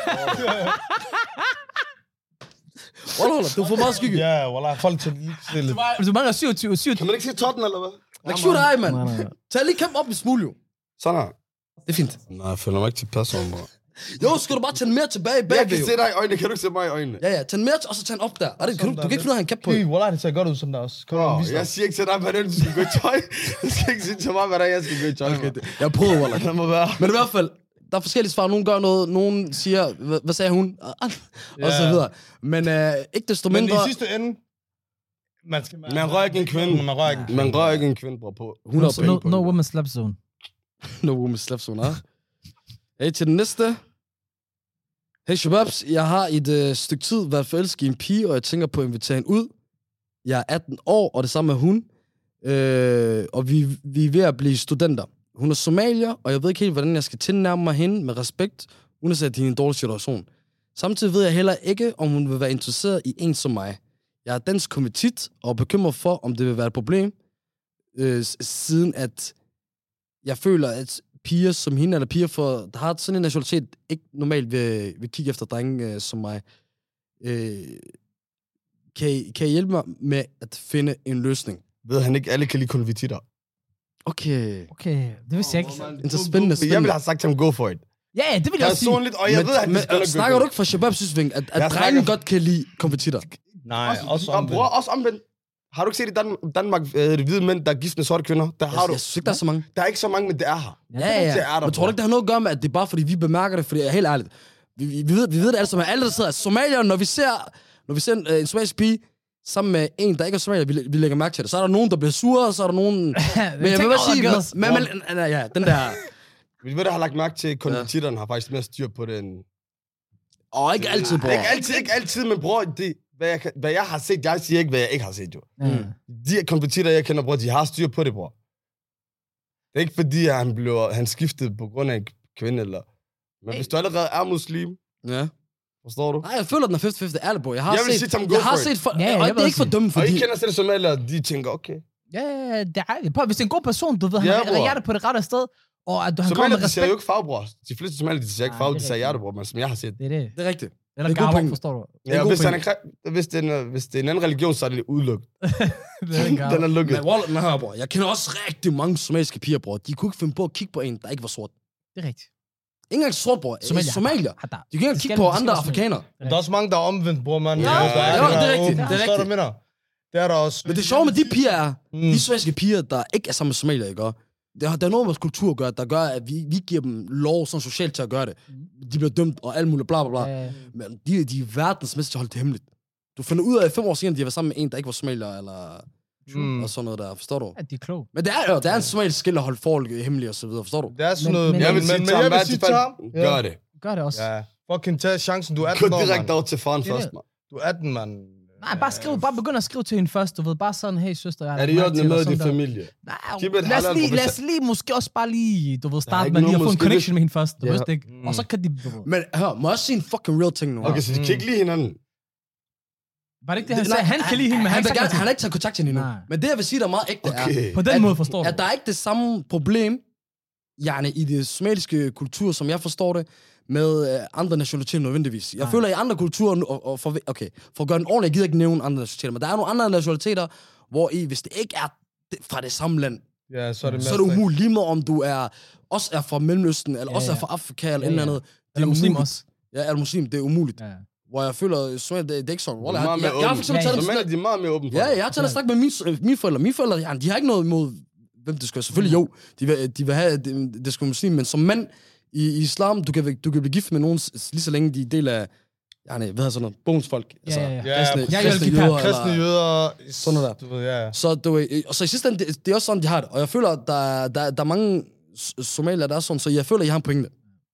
B: Hold hold, du får meget skygge.
E: Ja, wallah, folk til lige stille.
A: Du mangler syvogtyve, syvogtyve.
C: Kan man ikke se totten, eller hvad?
B: Læg syv dig, mand.
A: Nej, nej, nej.
B: Tag lige camp op i smule, jo.
C: Sådan her.
B: Det er fint.
C: Nej, jeg føler mig ikke til person, bror.
B: Jo, skal du bare tage den mere tilbage
C: Jeg
B: bagved,
C: kan
B: jo.
C: se dig i øjnene, kan du ikke se mig i øjnene?
B: Ja, ja, tag den mere, og så tag den op der. Er det, kan du, du kan ikke finde ud af en cap på.
E: Hey, wallah, det ser godt ud sådan der også. Kom
C: Bro,
E: on, vis dig.
C: jeg siger ikke til dig, hvordan du skal gå i tøj. Du skal ikke sige til mig, hvordan jeg skal gå i tøj. Okay, det,
B: Jeg prøver, Wallah.
C: det må være.
B: Men i hvert fald, der er forskellige svar. Nogen gør noget, nogen siger, hvad, hvad sagde hun? Og så
E: Ja.
B: videre. Men øh, ikke desto
E: Men
B: mindre...
E: i sidste ende, man skal...
C: Man rører ikke en kvinde.
E: Man rører ikke en kvinde.
C: Man rører ikke en kvinde, bror, på.
B: hundrede
A: No, no, no woman slap zone.
B: No woman slap zone, ah. Hey, til den næste. Hey, Shababs, jeg har i et øh, stykke tid været forelsket i en pige, og jeg tænker på at invitere hende ud. Jeg er atten år, og det samme er hun. Øh, og vi, vi er ved at blive studenter. Hun er somalier, og jeg ved ikke helt, hvordan jeg skal tilnærme mig hende med respekt, uden at sætte hende i en dårlig situation. Samtidig ved jeg heller ikke, om hun vil være interesseret i en som mig. Jeg er dansk konvertit, og er bekymret for, om det vil være et problem, øh, siden at jeg føler, at piger som hende, eller piger, for, der har sådan en nationalitet, ikke normalt vil, vil kigge efter drenge øh, som mig. Øh, kan, I, kan I hjælpe mig med at finde en løsning?
C: Ved han ikke, alle kan lide konvertitter.
B: Okay.
A: Okay, det vidste jeg ikke.
B: Det er så spændende,
C: Jeg
B: spændende.
C: ville have sagt til ham, go for it.
A: Ja, ja, det vil jeg også sige.
C: Personligt, og jeg
B: men,
C: ved, at
B: men,
C: det spiller
B: snakker du ikke fra Shababs synsvinkel, at,
C: Jeg
B: at
C: snakker-
B: drengen godt kan lide konvertitter?
E: Nej, også
C: Og
E: omvendt.
C: bror, også omvendt. Har du ikke set i Dan- Danmark, øh, de hvide mænd, der er gift med sorte kvinder? Der har
B: Jeg,
C: du.
B: jeg synes ikke, der er så mange.
C: Der er ikke så mange, men det er her.
B: Ja, ja.
C: Det er der,
B: Men tror du ikke, det har noget at gøre med, at det er bare fordi, vi bemærker det? Fordi jeg er helt ærligt. Vi, vi, vi, ved, vi ved det alle sammen. Alle, der sidder somalier, når vi ser, når vi ser en, øh, en somalisk pige sammen med en, der ikke er somalier, vi, vi lægger mærke til det. Så er der nogen, der bliver sure, og så er der nogen... men jeg vil
A: Tænk
B: bare
A: over,
B: sige...
A: girls.
B: Men, men, men, ja, den der...
C: Vi ved, der har lagt mærke til, at konvertitterne har faktisk mere styr på det end...
B: Åh, ikke altid, bror.
C: Ikke altid, ikke altid, men bror, det, hvad, jeg, kan- hvad jeg har set, jeg siger ikke, hvad jeg ikke har set, jo.
A: Ja.
C: De konvertitter, jeg kender, bror, de har styr på det, bror. Det er ikke fordi, at han, blev, han skiftede på grund af en kvinde, eller... Men hvis du allerede er muslim,
B: Ja.
C: forstår du?
B: Nej, jeg føler, den er halvtreds halvtreds ærlig på. Jeg har
C: Jeg vil
B: set,
C: sige til ham, go
B: jeg har
C: for it.
B: set for,
A: Ja, jeg
B: og
A: vil
B: det er ikke
A: også
B: for dumme,
C: Og
B: fordi...
C: I kender selv somalier, de tænker, okay.
A: Ja, det er ærligt. Prøv, hvis det er en god person, du ved, han
C: Ja,
A: ja,
C: bror.
A: reagerer på det rette sted, Og at du, han
C: Somalier,
A: kommer med
C: de siger jo
A: respekt.
C: ikke farbror. De fleste somalier, de siger ikke
A: Nej,
C: farbror,
A: det
C: de
A: er
C: siger
A: rigtigt.
C: hjertebror, men som jeg har set.
A: Det er det.
B: Det er rigtigt.
A: Eller
B: Det er god
A: gaver,
B: pointe.
A: forstår du?
B: er
C: Ja,
B: god
C: hvis, han
B: pointe.
C: er, kre- hvis, det er en, hvis det er en anden religion, så er det udelukket.
A: Det er en gaver.
C: Den er lukket.
B: Men Wallet, nej, bror. Jeg kender også rigtig mange somaliske piger, bror. De kunne ikke finde på at kigge på en, der ikke var sort.
A: Det er rigtigt.
B: Ikke engang sort, bror.
A: Somalier.
B: Somalier.
A: Hatta.
B: De kan ikke engang
A: Det
B: kigge
A: skal-
B: på
A: det skal
B: andre
A: også med.
B: afrikanere.
E: Der er også mange, der er omvendt, bror, man.
B: Ja,
E: Der
B: ja,
E: er-
B: ja,
E: der
B: det er rigtigt,
E: åbent.
B: det er
E: Forstår du,
B: rigtigt.
E: hvad jeg mener? Det er der også.
B: Men det sjove med de piger er,
E: Mm.
B: de somaliske piger, der ikke er sammen med somalier, ikke? Og Det har, der er noget med vores kultur at gøre, der gør, at vi, vi giver dem lov sådan socialt til at gøre det. De bliver dømt og alt muligt, bla bla bla.
A: Ja.
B: Men de, de er verdensmæssigt til at holde det hemmeligt. Du finder ud af, at fem år siden, de har været sammen med en, der ikke var somalier, eller
E: Mm.
B: og sådan noget der, forstår du?
A: At de er kloge.
B: Men det er jo, der er en somalisk skill at holde forhold hemmelige og så videre, forstår du?
E: Det er sådan
A: Men-
E: noget...
A: men-
C: Jeg vil sige
E: men
C: til ham,
E: jeg vil
C: hvad
E: sige
C: til
E: til ham...
C: fald, gør det.
A: Gør det også.
E: Ja, fucking tag chancen, du er
C: Gå
E: atten år,
C: direkte
E: mand.
C: over til faren
A: Det er
C: først,
A: det.
C: mand.
E: Du er atten, mand.
A: Nej, bare skriv, bare begynd at skrive til hende først, du ved. Bare sådan, hey søster, jeg har
C: Er det i
A: lagt
C: orden
A: mærke
C: med
A: til dig,
C: i
A: sådan der.
C: familie?
A: Nej,
C: Keep it
A: lad os,
C: halal
A: lige,
C: på
A: lad os lige måske også bare lige, du ved, starte
C: ikke
A: med lige
C: noget
A: at få en
C: måske,
A: connection med hende først, du
C: Ja.
A: ved det ikke?
E: Mm.
A: Og så kan de, du ved.
B: Men hør, må jeg også sige en fucking real ting nu?
C: Okay, så de kan ikke lide hinanden.
A: Var det ikke det, han sagde? Han kan lide hende, men han,
B: han, vil
A: sagde
B: gerne,
A: til-
B: han har ikke taget kontakt til hende endnu.
A: Nej.
B: Men det, jeg vil sige, der er meget ægte, er,
C: Okay.
A: På den
B: at-
A: måde forstår du.
B: at der er ikke det samme problem, yani, i det somaliske kultur, som jeg forstår det, med øh, andre nationaliteter nødvendigvis. Jeg
A: Nej.
B: føler, at i andre kulturer, nu- og, og for, okay, for at gøre den ordentligt, jeg gider ikke nævne andre nationaliteter, men der er nogle andre nationaliteter, hvor i, hvis det ikke er det- fra det samme land,
E: Ja, så er det
B: så er det umuligt, lige meget om du er, også er fra Mellemøsten, eller
A: Ja,
B: også er
A: ja.
B: fra Afrika, eller
A: Ja,
B: ja, ja.
A: ja.
B: andet. Det er
A: Eller muslim
B: umuligt.
A: også.
B: Ja, er du muslim, det er umuligt.
A: Ja.
B: Hvor jeg føler, Somalia, det, det er ikke sådan.
C: Det
B: Wallah,
C: er
B: Jeg,
C: meget
B: jeg,
C: mere
B: jeg, har for
C: åbent.
B: eksempel
A: Ja,
B: taget
C: Så
B: en
C: mener
B: snak-
C: de er meget mere åbne for
B: Ja,
C: det.
B: jeg har taget en snak med mine, mine forældre. Mine forældre, ja, de har ikke noget imod, hvem det skal. Selvfølgelig jo, de vil, de vil have, det, det skal muslim, men som mand i, i islam, du kan, du kan blive gift med nogen, s- lige så længe de er del af, ja, nej, hvad hedder sådan noget, bogens folk.
A: Ja, ja, ja.
E: Ja,
B: kristne,
E: præcis.
A: Jeg
B: kristne
A: vil give
B: jøder.
E: Kristne
B: eller-
E: jøder...
B: Sådan noget der.
E: Du ved, ja.
B: Så, du, ved, og så i sidste ende, det, det er også sådan, de har det. Og jeg føler, at der, der, der er mange s- somalier, der er sådan, så jeg føler, at jeg har en pointe.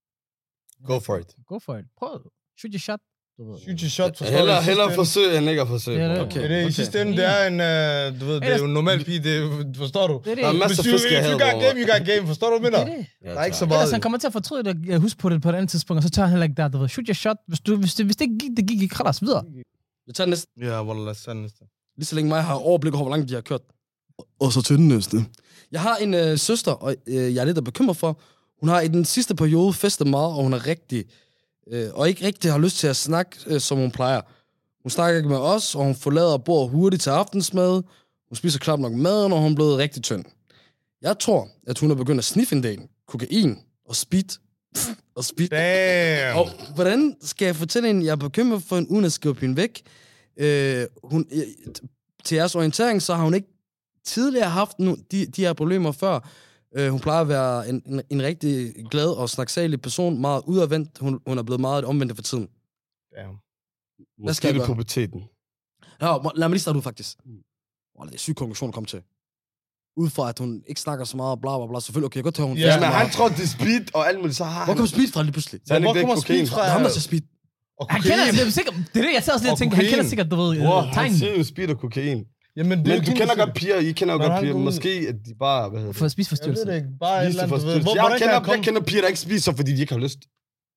C: Go for it.
A: Go for it. Prøv. Shoot your shot. Du ved.
E: Shoot your shot, forstår du?
C: Hellere,
E: I sidste
C: hellere
E: ende-
C: forsøge, end ikke at forsøge.
A: Det er det.
C: bro.
B: Okay.
E: Det er det, i
B: okay.
E: sidste ende, det er en, øh, du ved, det er jo en normal pige, det er, forstår du?
A: Det er det.
C: Der er masser
E: Hvis
C: af
E: du,
C: fisk,
E: if
C: jeg
E: you
C: havde,
E: got
C: hvor-
E: game, you got game, forstår du, hvad
A: Det
E: jeg
A: er
E: mener?
A: det.
C: Ja,
E: Der er ikke så
C: tak.
E: meget.
A: Ellers han kommer til at fortryde det. Jeg husker på det på et andet tidspunkt, og så tager han heller ikke der, du ved. Shoot your shot. Hvis, du, hvis, det, hvis det ikke gik, det gik ikke. Khalas, videre.
B: Jeg tager den næste.
E: Ja, wallah, sandt næste.
B: Lige så længe mig har overblik over, hvor langt de har kørt. Og så til den næste. Jeg har en øh, søster, og øh, jeg er lidt bekymret for. Hun har i den sidste periode festet meget, og hun er rigtig... Øh, og ikke rigtig har lyst til at snakke, øh, som hun plejer. Hun snakker ikke med os, og hun forlader bordet hurtigt til aftensmad. Hun spiser klart nok maden, og hun er blevet rigtig tynd. Jeg tror, at hun er begyndt at sniffe en del kokain og speed. og speed.
E: Damn.
B: Og hvordan skal jeg fortælle hende, at jeg er bekymret for hende, uden at skubbe hende væk? Øh, hun, øh, til jeres orientering, så har hun ikke tidligere haft nu, de, de her problemer før. Øh, hun plejer at være en, en, en rigtig glad og snaksalig person, meget udadvendt. Hun, hun er blevet meget omvendt for tiden.
E: Damn.
B: Hvad skal
C: Måske
B: jeg
C: det
B: gøre?
C: puberteten.
B: Ja, må- lad mig lige starte ud, faktisk. Oh, det er syg konklusion at komme til. Ud fra, at hun ikke snakker så meget, bla bla bla. Selvfølgelig, okay, jeg kan godt tage, hun
E: Ja,
B: fester
C: Ja, men
B: meget.
C: han tror, det er speed og alt muligt, så har
B: Hvor
C: han...
B: kommer speed fra lige pludselig?
C: Så han
E: Hvor
C: ikke
E: kommer
C: det
E: speed
C: kokain
E: fra?
C: fra.
B: Det er ham, der siger speed.
E: Og
A: Han kender
E: kokain.
A: det, er sikkert, det er det, jeg ser også lidt
E: Og
A: tænker. Han kender
E: kokain.
A: sikkert, du ved,
C: Bror,
A: øh,
C: han
A: tegn.
C: siger jo speed og kokain.
E: Jamen, det er
C: Men
E: ikke
C: du
E: hende,
C: kender
E: der
C: godt piger, I kender jo
E: Når
C: godt
E: han
C: piger.
E: går ud-
C: Måske, at de bare, hvad hedder
A: For
C: det?
E: Jeg
A: spiseforstyrrelse.
E: ved det ikke. Bare et eller andet, du ved.
C: Spiseforstyrrelse.
E: Hvor,
C: Jeg
E: hvordan kan
C: kender,
E: han komme?
C: jeg kender piger, der ikke spiser, fordi de ikke har lyst.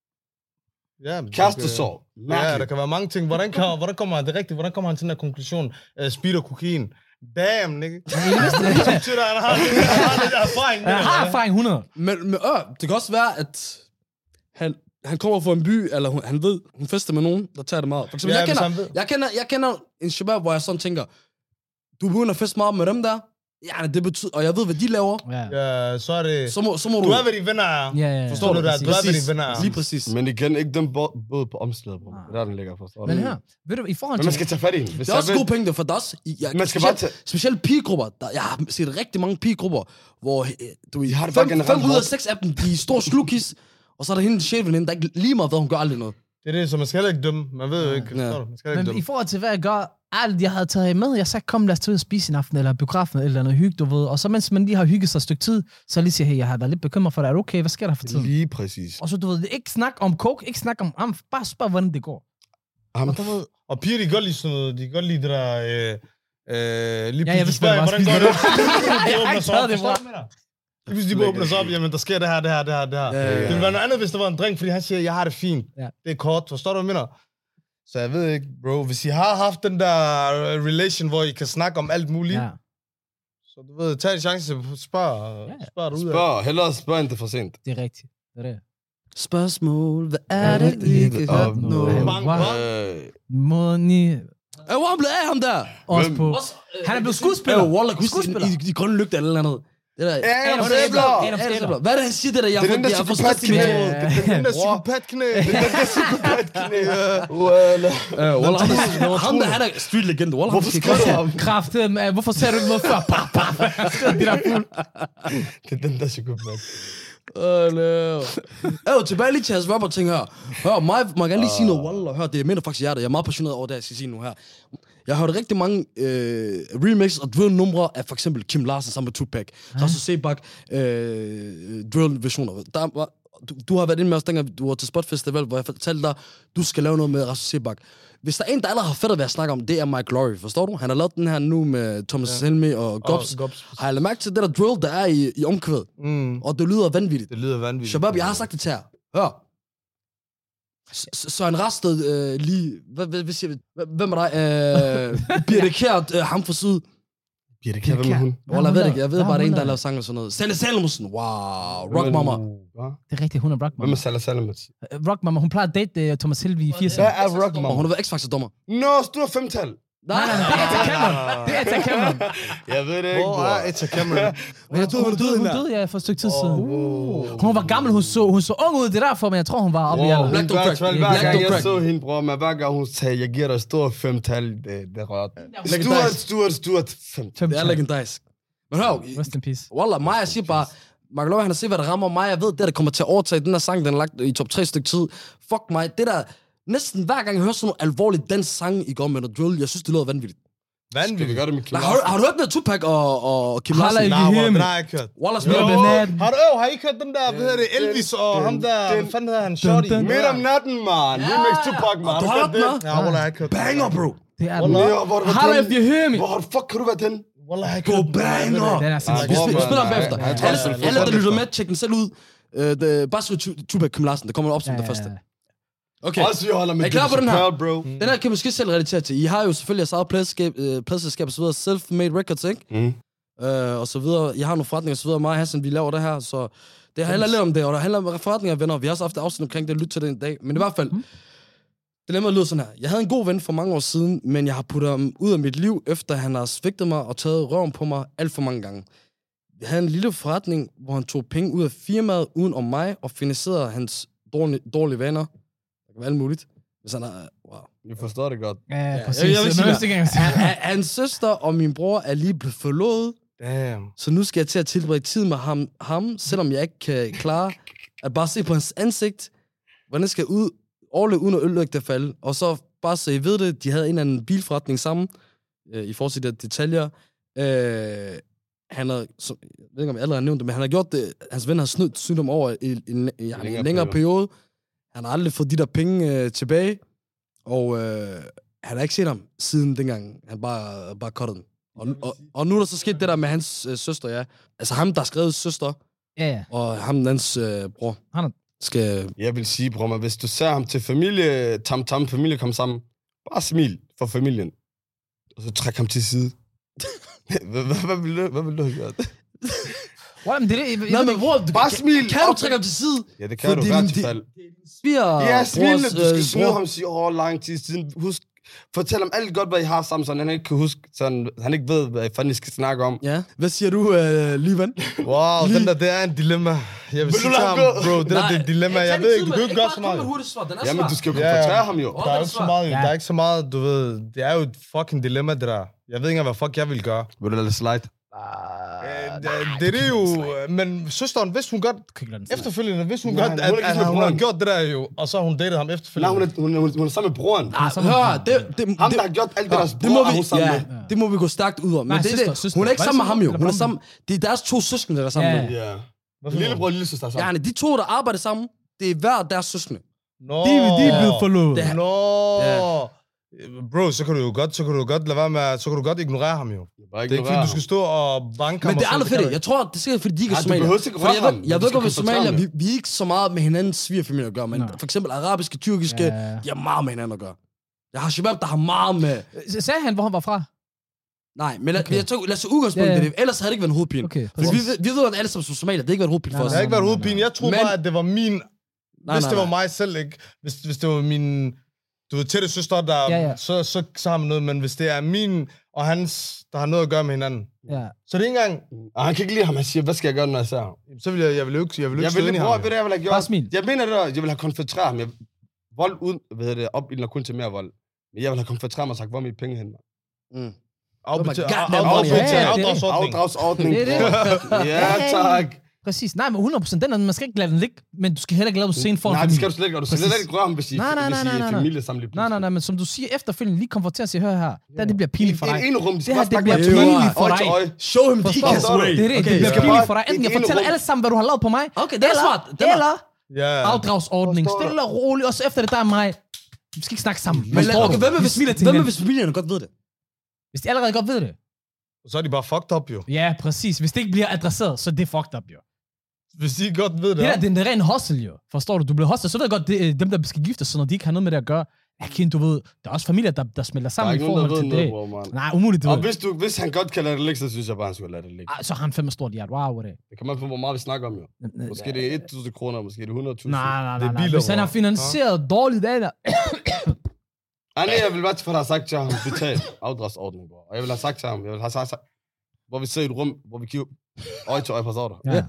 E: Ja, men det
C: Kærestesår.
E: kan- Ja, der
C: Mærkeligt.
E: kan være mange ting. Hvordan, kan, hvordan kommer han, det er rigtigt, hvordan kommer han til den her konklusion? Uh, speed og kokain. Damn, nigga. Det betyder, at han har lidt, han har lidt erfaring. med
A: Han
E: det,
A: har
E: eller?
A: erfaring hundrede.
B: Men, men øh, det kan også være, at han, han kommer fra en by, eller hun, han ved, hun fester med nogen, der tager det meget. For eksempel,
E: Ja,
B: jeg,
E: hvis
B: kender,
E: han ved.
B: jeg, kender, jeg kender en shabab, hvor jeg sådan tænker, du begynder at feste meget med dem der, ja, det betyder, og jeg ved, hvad de laver,
A: Ja.
E: Ja, så er det...
B: så må, så må
E: Du
B: du...
E: er, hvad dine venner er.
A: Ja, ja, ja.
E: Forstår du det? Du er, hvad dine venner er.
B: Lige præcis.
C: Men igen, ikke dem bo- både på omslaget, bro. Det er der, den ligger, forstår du?
A: Men her, ved du, i forhold
C: Men man
A: til...
C: skal tage fat i hende. Hvis
B: Det er også
C: jeg
B: gode penge, for der er også... Jeg,
C: Man skal bare
B: specielt,
C: tage-
B: specielt pigegrupper. Der, jeg har set rigtig mange pigegrupper, hvor øh, du,
C: De har det bare
B: fem,
C: generelt
B: fem ud af
C: hårdt.
B: seks af dem, de er store slukis, og så er der hende, chefveninde, der ikke lige meget, hvad hun gør aldrig noget.
E: Det er det, så man skal heller ikke dømme. Man ved jo ikke,
B: Ja.
E: forstår du? Man skal heller ikke
A: Men
E: dømme.
A: i forhold til, hvad jeg gør, alt jeg havde taget med, jeg sagde, kom lad os tage ud og spise en aften, eller biografen, eller noget hygge, du ved. Og så mens man lige har hygget sig et stykke tid, så lige siger, hey, jeg har været lidt bekymret for dig. Er du okay? Hvad sker der for tiden?
C: Lige præcis.
A: Og så, du ved, ikke snak om coke, ikke snak om am, bare spørg, hvordan det går.
C: Ham.
A: Og du ved,
E: Og piger, de kan godt lide sådan noget. De kan godt lide det der... Øh, øh, lige
A: Ja, jeg
E: pludselig
A: vidste,
E: spørger,
A: hvad det
E: hvordan
A: var.
E: går det?
A: Jeg
E: De
A: har
E: åbner
A: ikke
E: sig op,
A: taget det
E: forstår
A: fra.
E: du, hvad jeg mener? Lige pludselig de åbner sig op, jamen der sker det her, det her, det her, det her.
B: Ja, ja, ja.
E: Det ville være noget andet, hvis der var en dreng, fordi han siger, jeg har det fint.
A: Ja.
E: Det er kort, forstår du, hvad jeg mener? Så jeg ved ikke, bro, hvis I har haft den der øh, relation, hvor I kan snakke om alt muligt,
A: ja.
E: Så du ved, tag en chance, spørg,
A: Ja.
E: spørg dig ud af.
C: Spørg, hellere spørg, end det er for sent.
A: Det er rigtigt. Det er det.
B: Spørgsmål, hvad er det, I kan opnå?
C: Øh,
A: Money.
B: Øh, hvor er han blevet af ham der?
A: Også
C: Hvem?
A: på. Han er blevet skuespiller.
B: Øh, Waller, husk
A: Skuespiller.
B: i, i de grønne lygter eller andet. Det der.
C: Adam
A: Adam
C: Sandler!
A: Adam Sandler.
B: Hvad er det, han siger det der? Jeg
C: Det er
B: har
C: den der
B: fået- jeg har fået
C: psykopatknæ.
B: stress i mit hoved.
E: Den der psykopatknæ.
C: Det er den der psykopatknæ. Well,
B: Øh, Waller, han er- ham der, han er street legende. Waller,
C: Hvorfor
B: han
C: skriver
B: skal
C: du ham?
A: Kraft. Øh, hvorfor sagde du ikke noget før? Bah, bah. De der fuld.
C: Det er den der psykopat.
B: Åh, no. Øh, tilbage lige til hans rapper-ting her. Hør, mig, må jeg gerne lige sige noget, Waller. Hør, det er mindre faktisk hjertet. Jeg er meget passioneret over det, jeg skal sige nu her. Jeg har hørt rigtig mange øh, remixes og drill-numre af for eksempel Kim Larsen sammen med Tupac. Rasu Sebak, øh, drill-versioner. Der var, du, du har været inde med os, dengang du var til Spot Festival, hvor jeg fortalte dig, du skal lave noget med Rasu Sebak. Hvis der er en, der allerede har fedt at være at snakke om, det er Mike Glory, forstår du? Han har lavet den her nu med Thomas ja. Helmi og Gobs.
E: Og Gobs.
B: Har jeg lagt mærke til det der drill, der er i, i omkvædet?
E: Mm.
B: Og det lyder vanvittigt.
E: Det lyder vanvittigt.
B: Shabab, jeg har sagt det til jer. Hør. Så, så en Rasted øh, lige... Hvad, hvad, hvad siger vi? Hvem er dig? Øh, Birte Kjært, øh, ham fra syd.
C: Bliver det kæft med hun?
B: Wallah, jeg ved det ikke. Jeg ved
A: Hvad
B: bare,
A: har
B: det er en,
A: hun
B: der har
A: lavet?
B: lavet sang og sådan noget. Stelle Salomonsen. Wow. Rock Mama.
A: Det er rigtigt, hun er Rock
C: Hvem er
A: Mama.
C: Salah Salamat?
A: Rock Mama, hun plejer at date uh, Thomas Helvig i firserne.
C: Hvad er Rock
B: Og
C: Mama?
B: hun har været X-Factor-dommer.
C: Nå, stor femtal.
A: Nej, nej, nej, det er Etta Cameron. Det er Etta Cameron.
C: Jeg ved det ikke,
E: Hvor
C: bror.
E: er Etta Cameron?
A: Hun døde, hun døde, hun døde ja, for et stykke tid siden. Hun var gammel, hun så, hun så ung ud, det er derfor, men jeg tror, hun var oppe i
C: Wow,
A: alderen.
B: Black
C: hun
B: Dog
C: hvert
B: Crack.
C: fald,
B: Black
C: hver gang
B: Dog
C: jeg
B: Crack.
C: så hende, bror, men hver gang hun sagde, jeg giver dig stor femtal, det, det rørte. Stuart,
B: Legendarisk.
C: Stuart, Stuart, femtal.
A: Fem
B: Det er
A: tal.
B: legendarisk. Men hør,
A: Rest in peace.
B: Wallah, mig, jeg siger bare, Mark Løg, han har set, hvad der rammer mig. Jeg ved, det der kommer til at overtage den her sang, den er lagt i top tre stykke tid. Fuck mig, det der, næsten hver gang jeg hører sådan nogle alvorlige dansk sang i går med noget drill, jeg synes, det lyder vanvittigt.
C: Skal vi
E: Vanvittigt.
C: gøre det med Kim
B: Like, har, du- har du hørt med Tupac og, og Kim
A: Holla
B: Larsen?
A: i
E: Nej, bror,
A: Himmel.
E: den har jeg ikke hørt.
B: Wallah,
E: Jo,
B: spiller
A: Bananen.
E: har du øv, har I ikke hørt den der, hvad hedder det, Elvis og ham der, hvad fanden hedder han, Shorty?
A: dun.
C: Midt om natten, man. Remix Tupac, man.
B: Du har hørt den,
E: Ja, Wallah, jeg har ikke hørt den.
B: banger, bro.
A: Det er den.
C: Wallah, hvor har du været
A: Holla
C: henne?
A: if you hear me.
C: Hvor fuck kan du være den?
E: Wallah, jeg har ikke
B: Go
E: hørt den.
B: banger.
A: Den er
B: Vi
A: sindssygt.
C: Bror,
B: spiller, vi spiller ham
C: man,
B: bagefter.
C: jeg- jeg tror,
B: Alle,
C: jeg skal
B: alle der
C: få
B: lytter
C: den
B: med, tjek den selv ud. Uh, det, bare skriv Tu- Tupac Kim Larsen, det kommer op som det første. Okay.
C: Også vi holder med
B: Er I klar på den her?
C: Chappelle, bro.
B: Den her kan I måske selv relatere til. I har jo selvfølgelig jeres eget pladselskab, øh, pladselskab og så videre, self-made records, ikke?
C: Mm.
B: Øh, og så videre. Jeg har nogle forretninger og så videre. Mig og Hassan, vi laver det her, så det handler lidt om det, og det handler om forretninger og venner. Vi har også haft et afsnit omkring det, lyt til det en dag. Men i hvert fald,
A: Mm.
B: dilemmaet lyder sådan her. Jeg havde en god ven for mange år siden, men jeg har puttet ham ud af mit liv, efter han har svigtet mig og taget røven på mig alt for mange gange. Jeg havde en lille forretning, hvor han tog penge ud af firmaet uden om mig, og finansierede hans dårlige, dårlige vaner. Det kan være alt muligt. Hvis han er... Wow.
C: Vi forstår det godt.
A: Ja, præcis.
B: jeg vil ikke sige
A: Men hvis ikke engang-
B: Han, han, hans søster og min bror er lige blevet forlovet,
E: Damn.
B: så nu skal jeg til at tilbringe tid med ham, ham, selvom jeg ikke kan klare at bare se på hans ansigt, hvordan skal jeg ud, overleve uden at ødelægge det falde. Og så bare så I ved det, de havde en eller anden bilforretning sammen, øh, i forhold til de detaljer. Øh, han har, så, jeg ved ikke om jeg allerede har nævnt det, men han har gjort det, hans ven har snydt sygdom over i, i, i, i en længere, længere periode. Han har aldrig fået de der penge øh, tilbage, og øh, han har ikke set ham siden dengang, han bare, bare cuttede den. Og, og, og nu er der så sket det der med hans øh, søster, ja. Altså ham, der har skrevet søster,
A: Ja, ja.
B: og ham, den hans øh, bror,
A: Han er-
B: skal...
C: Jeg vil sige, bror, men hvis du ser ham til familie, tam tam familie kom sammen, bare smil for familien, og så træk ham til side. hvad, hvad, hvad, vil du, hvad vil du have gjort?
A: Wow, men det er det.
B: Nej, men bror, du,
C: Bare smil!
B: kan du trække ham til side?
C: Ja, det kan
B: Fordi
C: du i hvert
B: det-
C: fald.
B: Sviger
C: Ja, smilende,
B: brors,
C: du skal
B: øh,
C: snyde
B: bror.
C: ham og sige, åh, lang tid siden. Husk, fortæl ham alt godt, hvad I har sammen, så han ikke kan huske, så han ikke ved, hvad I fanden I skal snakke om.
B: Ja, hvad siger du, øh, Livan?
E: Wow, den der, det er en dilemma. Jeg vil,
C: Vil
E: sige
C: du
E: til
C: lade
E: ham,
C: gå?
E: bro, det der, det er et dilemma. Jeg ved ikke, du kan ikke gøre så meget.
C: Ja, men du skal jo
E: Ja, ja.
C: fortælle ham jo.
E: Der er jo ikke så meget,
A: Ja.
E: der er ikke så meget, du ved, det er jo et fucking dilemma, det der. Jeg ved ikke engang, hvad fuck jeg vil gøre.
C: Vil du lade det slide?
E: Øh, det, det er det jo, men søsteren, hvis hun godt, efterfølgende, hvis hun
C: Nej,
E: godt,
C: hun er
E: at,
C: ikke
E: at,
C: med
E: at hun har
C: broren.
E: gjort det der jo, og så har hun datet ham
C: Nej,
E: efterfølgende.
C: hun er, hun, er, hun, er, hun er sammen med broren.
B: Nej, hør, det, det,
C: Ham,
B: det,
C: der har gjort alt det, deres
B: det
C: bror,
B: må
C: er
B: vi,
C: hun sammen
B: ja,
C: med.
B: det må vi gå stærkt ud om. Men
A: Nej,
B: det, er
A: søster,
B: det,
A: søster.
B: hun er ikke
A: Var det
B: sammen med ham jo.
A: søster
B: Hun er
A: eller
B: sammen, det er deres to søskende, der er sammen.
A: Ja.
B: med.
C: Ja.
E: Hvorfor?
C: Lillebror og lillesøster er
B: Ja,
C: sammen.
B: de to, der arbejder sammen, det er hver deres søskende.
E: Nå.
A: De, de er blevet forlovet.
B: Det er-
E: Nå.
B: Ja.
E: Bro, så kan du jo godt, så kan du godt lade være med, at- så kan du godt ignorere ham jo.
C: Bare
E: Det er ikke fordi, du skal stå og banke ham.
B: Men det er
E: og
B: aldrig
E: sådan,
B: fedt. Jeg tror, det er sikkert, fordi de ikke er
C: Nej, du
B: somalier.
C: behøver ikke
B: Fordi
C: røre
B: jeg
C: ham,
B: ved,
C: men
B: jeg
C: du
B: ved
C: skal
B: godt, at
C: kunne fortælle
B: somalier,
C: ham
B: vi, vi er ikke så meget med hinandens svigerfamilier at gøre, men
A: Nej.
B: for eksempel arabiske, tyrkiske,
A: Ja.
B: de har meget med hinanden at gøre. Jeg har Shabab, der har meget med...
A: Sagde han, hvor han var fra?
B: Nej, men lad,
A: Okay.
B: jeg tror, lad os tage udgangspunkt
A: Ja,
B: i
A: ja.
B: det. Ellers havde det ikke været en hovedpine.
A: Okay,
B: Fordi vi, vi ved, at alle som somalier, det har ikke været en hovedpine for
A: Nej,
B: os.
E: Det har ikke været
A: nej, nej,
E: hovedpine. Jeg troede
B: Men-
E: bare, at det var min...
B: Nej,
E: Hvis
B: nej,
E: det var
B: nej.
E: mig selv, ikke? Hvis, hvis det var min... Du ved, tætte søster, der...
A: Ja, ja.
E: Så, så, så har man noget. Men hvis det er min og hans, der har noget at gøre med hinanden.
A: Ja.
E: Så det er ikke engang...
C: Og han kan ikke lide ham, han siger, hvad skal jeg gøre, når jeg ser ham?
E: Så vil jeg, jeg vil jo ikke, jeg vil jo
C: Jeg
E: ikke
C: vil
E: støde ind i
C: ikke,
E: ham.
C: bror, ved du, jeg vil have gjort?
A: Bare smil.
C: Jeg mener det der, jeg vil have konfrontreret ham. Jeg, vold uden, hvad hedder det, opildner kun til mere vold. Men jeg vil have konfrontreret mig og sagt, hvor er mine penge hen, mand?
B: Mm.
E: Afbetalt-
B: Oh my God,
E: af-
B: det er
E: afbetalt-
A: money. Ja, ja, det er det.
E: afdragsordning.
C: Afdragsordning.
A: Det er det.
C: Ja, tak.
A: Præcis. Nej, men hundrede procent. Den er, man skal ikke lade den ligge, men du skal heller ikke lade du se en form
C: Nej,
A: for
C: det skal
A: familie.
C: du slet ikke, og du skal
A: Præcis.
C: slet ikke røre ham, hvis I,
A: Nej, nej,
C: hvis
A: nej,
C: I
A: nej,
C: er
A: nej.
C: familie sammen lige
A: Nej, nej, nej, men som du siger efterfølgende, lige konfrontere sig, hør her. Der, det bliver pinligt for dig.
C: I en rum, de
A: Det
C: skal
A: her,
C: bare
A: det
C: snakke
A: bliver
C: med hinanden.
A: pinligt for
C: Øje til
A: dig.
C: øje.
B: Show him the
A: Forstår
B: easiest
A: du?
B: way.
A: Det er det,
B: Okay,
A: det bliver
C: skal
A: pinligt
C: bare-
A: for dig. Enten jeg
C: et- et
A: fortæller
C: rum.
A: alle sammen, hvad du har lavet på mig,
B: Okay, det er
A: eller,
B: smart. Den er-
A: eller
E: Ja.
A: afdragsordning.
C: Forstår du?
A: Stille og roligt, og så efter det, der er mig. Vi skal ikke snakke sammen.
B: Men lad,
A: Forstår
B: okay,
A: du?
B: hvad med,
A: Vi
B: hvis,
A: smiler til
B: hvad med,
A: hinanden.
B: hvis familierne godt ved det?
A: Hvis de allerede godt ved det.
E: Så er de bare fucked up, jo.
A: Ja, præcis. Hvis det ikke bliver adresseret, så er det fucked up, jo.
E: Hvis de godt ved det.
A: Det der,
E: ja.
A: det er en ren hustle, jo. Forstår du? Du bliver hustle. Så ved jeg godt, det, er dem, der skal gifte sig, når de ikke har noget med det at gøre. Ja, kind, du ved, der er også familier, der, der smelter
C: Der er
A: sammen i
C: ikke nogen, der
A: forhold
C: ved
A: til det.
C: noget, bror, mand.
A: Nej, umuligt, du
C: Og
A: ved.
C: hvis, du, hvis han godt kan lade det ligge, så synes jeg bare, han skulle lade det ligge.
A: Ej, så har han fandme stort hjert. Wow, what er det?
C: Det kommer an på, hvor meget vi snakker om, jo. Måske det er tusind kroner, måske det er hundrede tusind.
A: Nej, nej,
E: Det
A: nej,
E: er
A: nej.
E: biler,
A: Hvis han har
E: bror.
A: finansieret dårligt af det.
C: Ej, nej, jeg vil bare for have sagt til ham, betal afdragsordning, bror. Og jeg vil have sagt til ham, jeg vil have sagt, sagt hvor vi sidder i et rum, hvor vi kigger øje til øje på sorter.
A: Ja.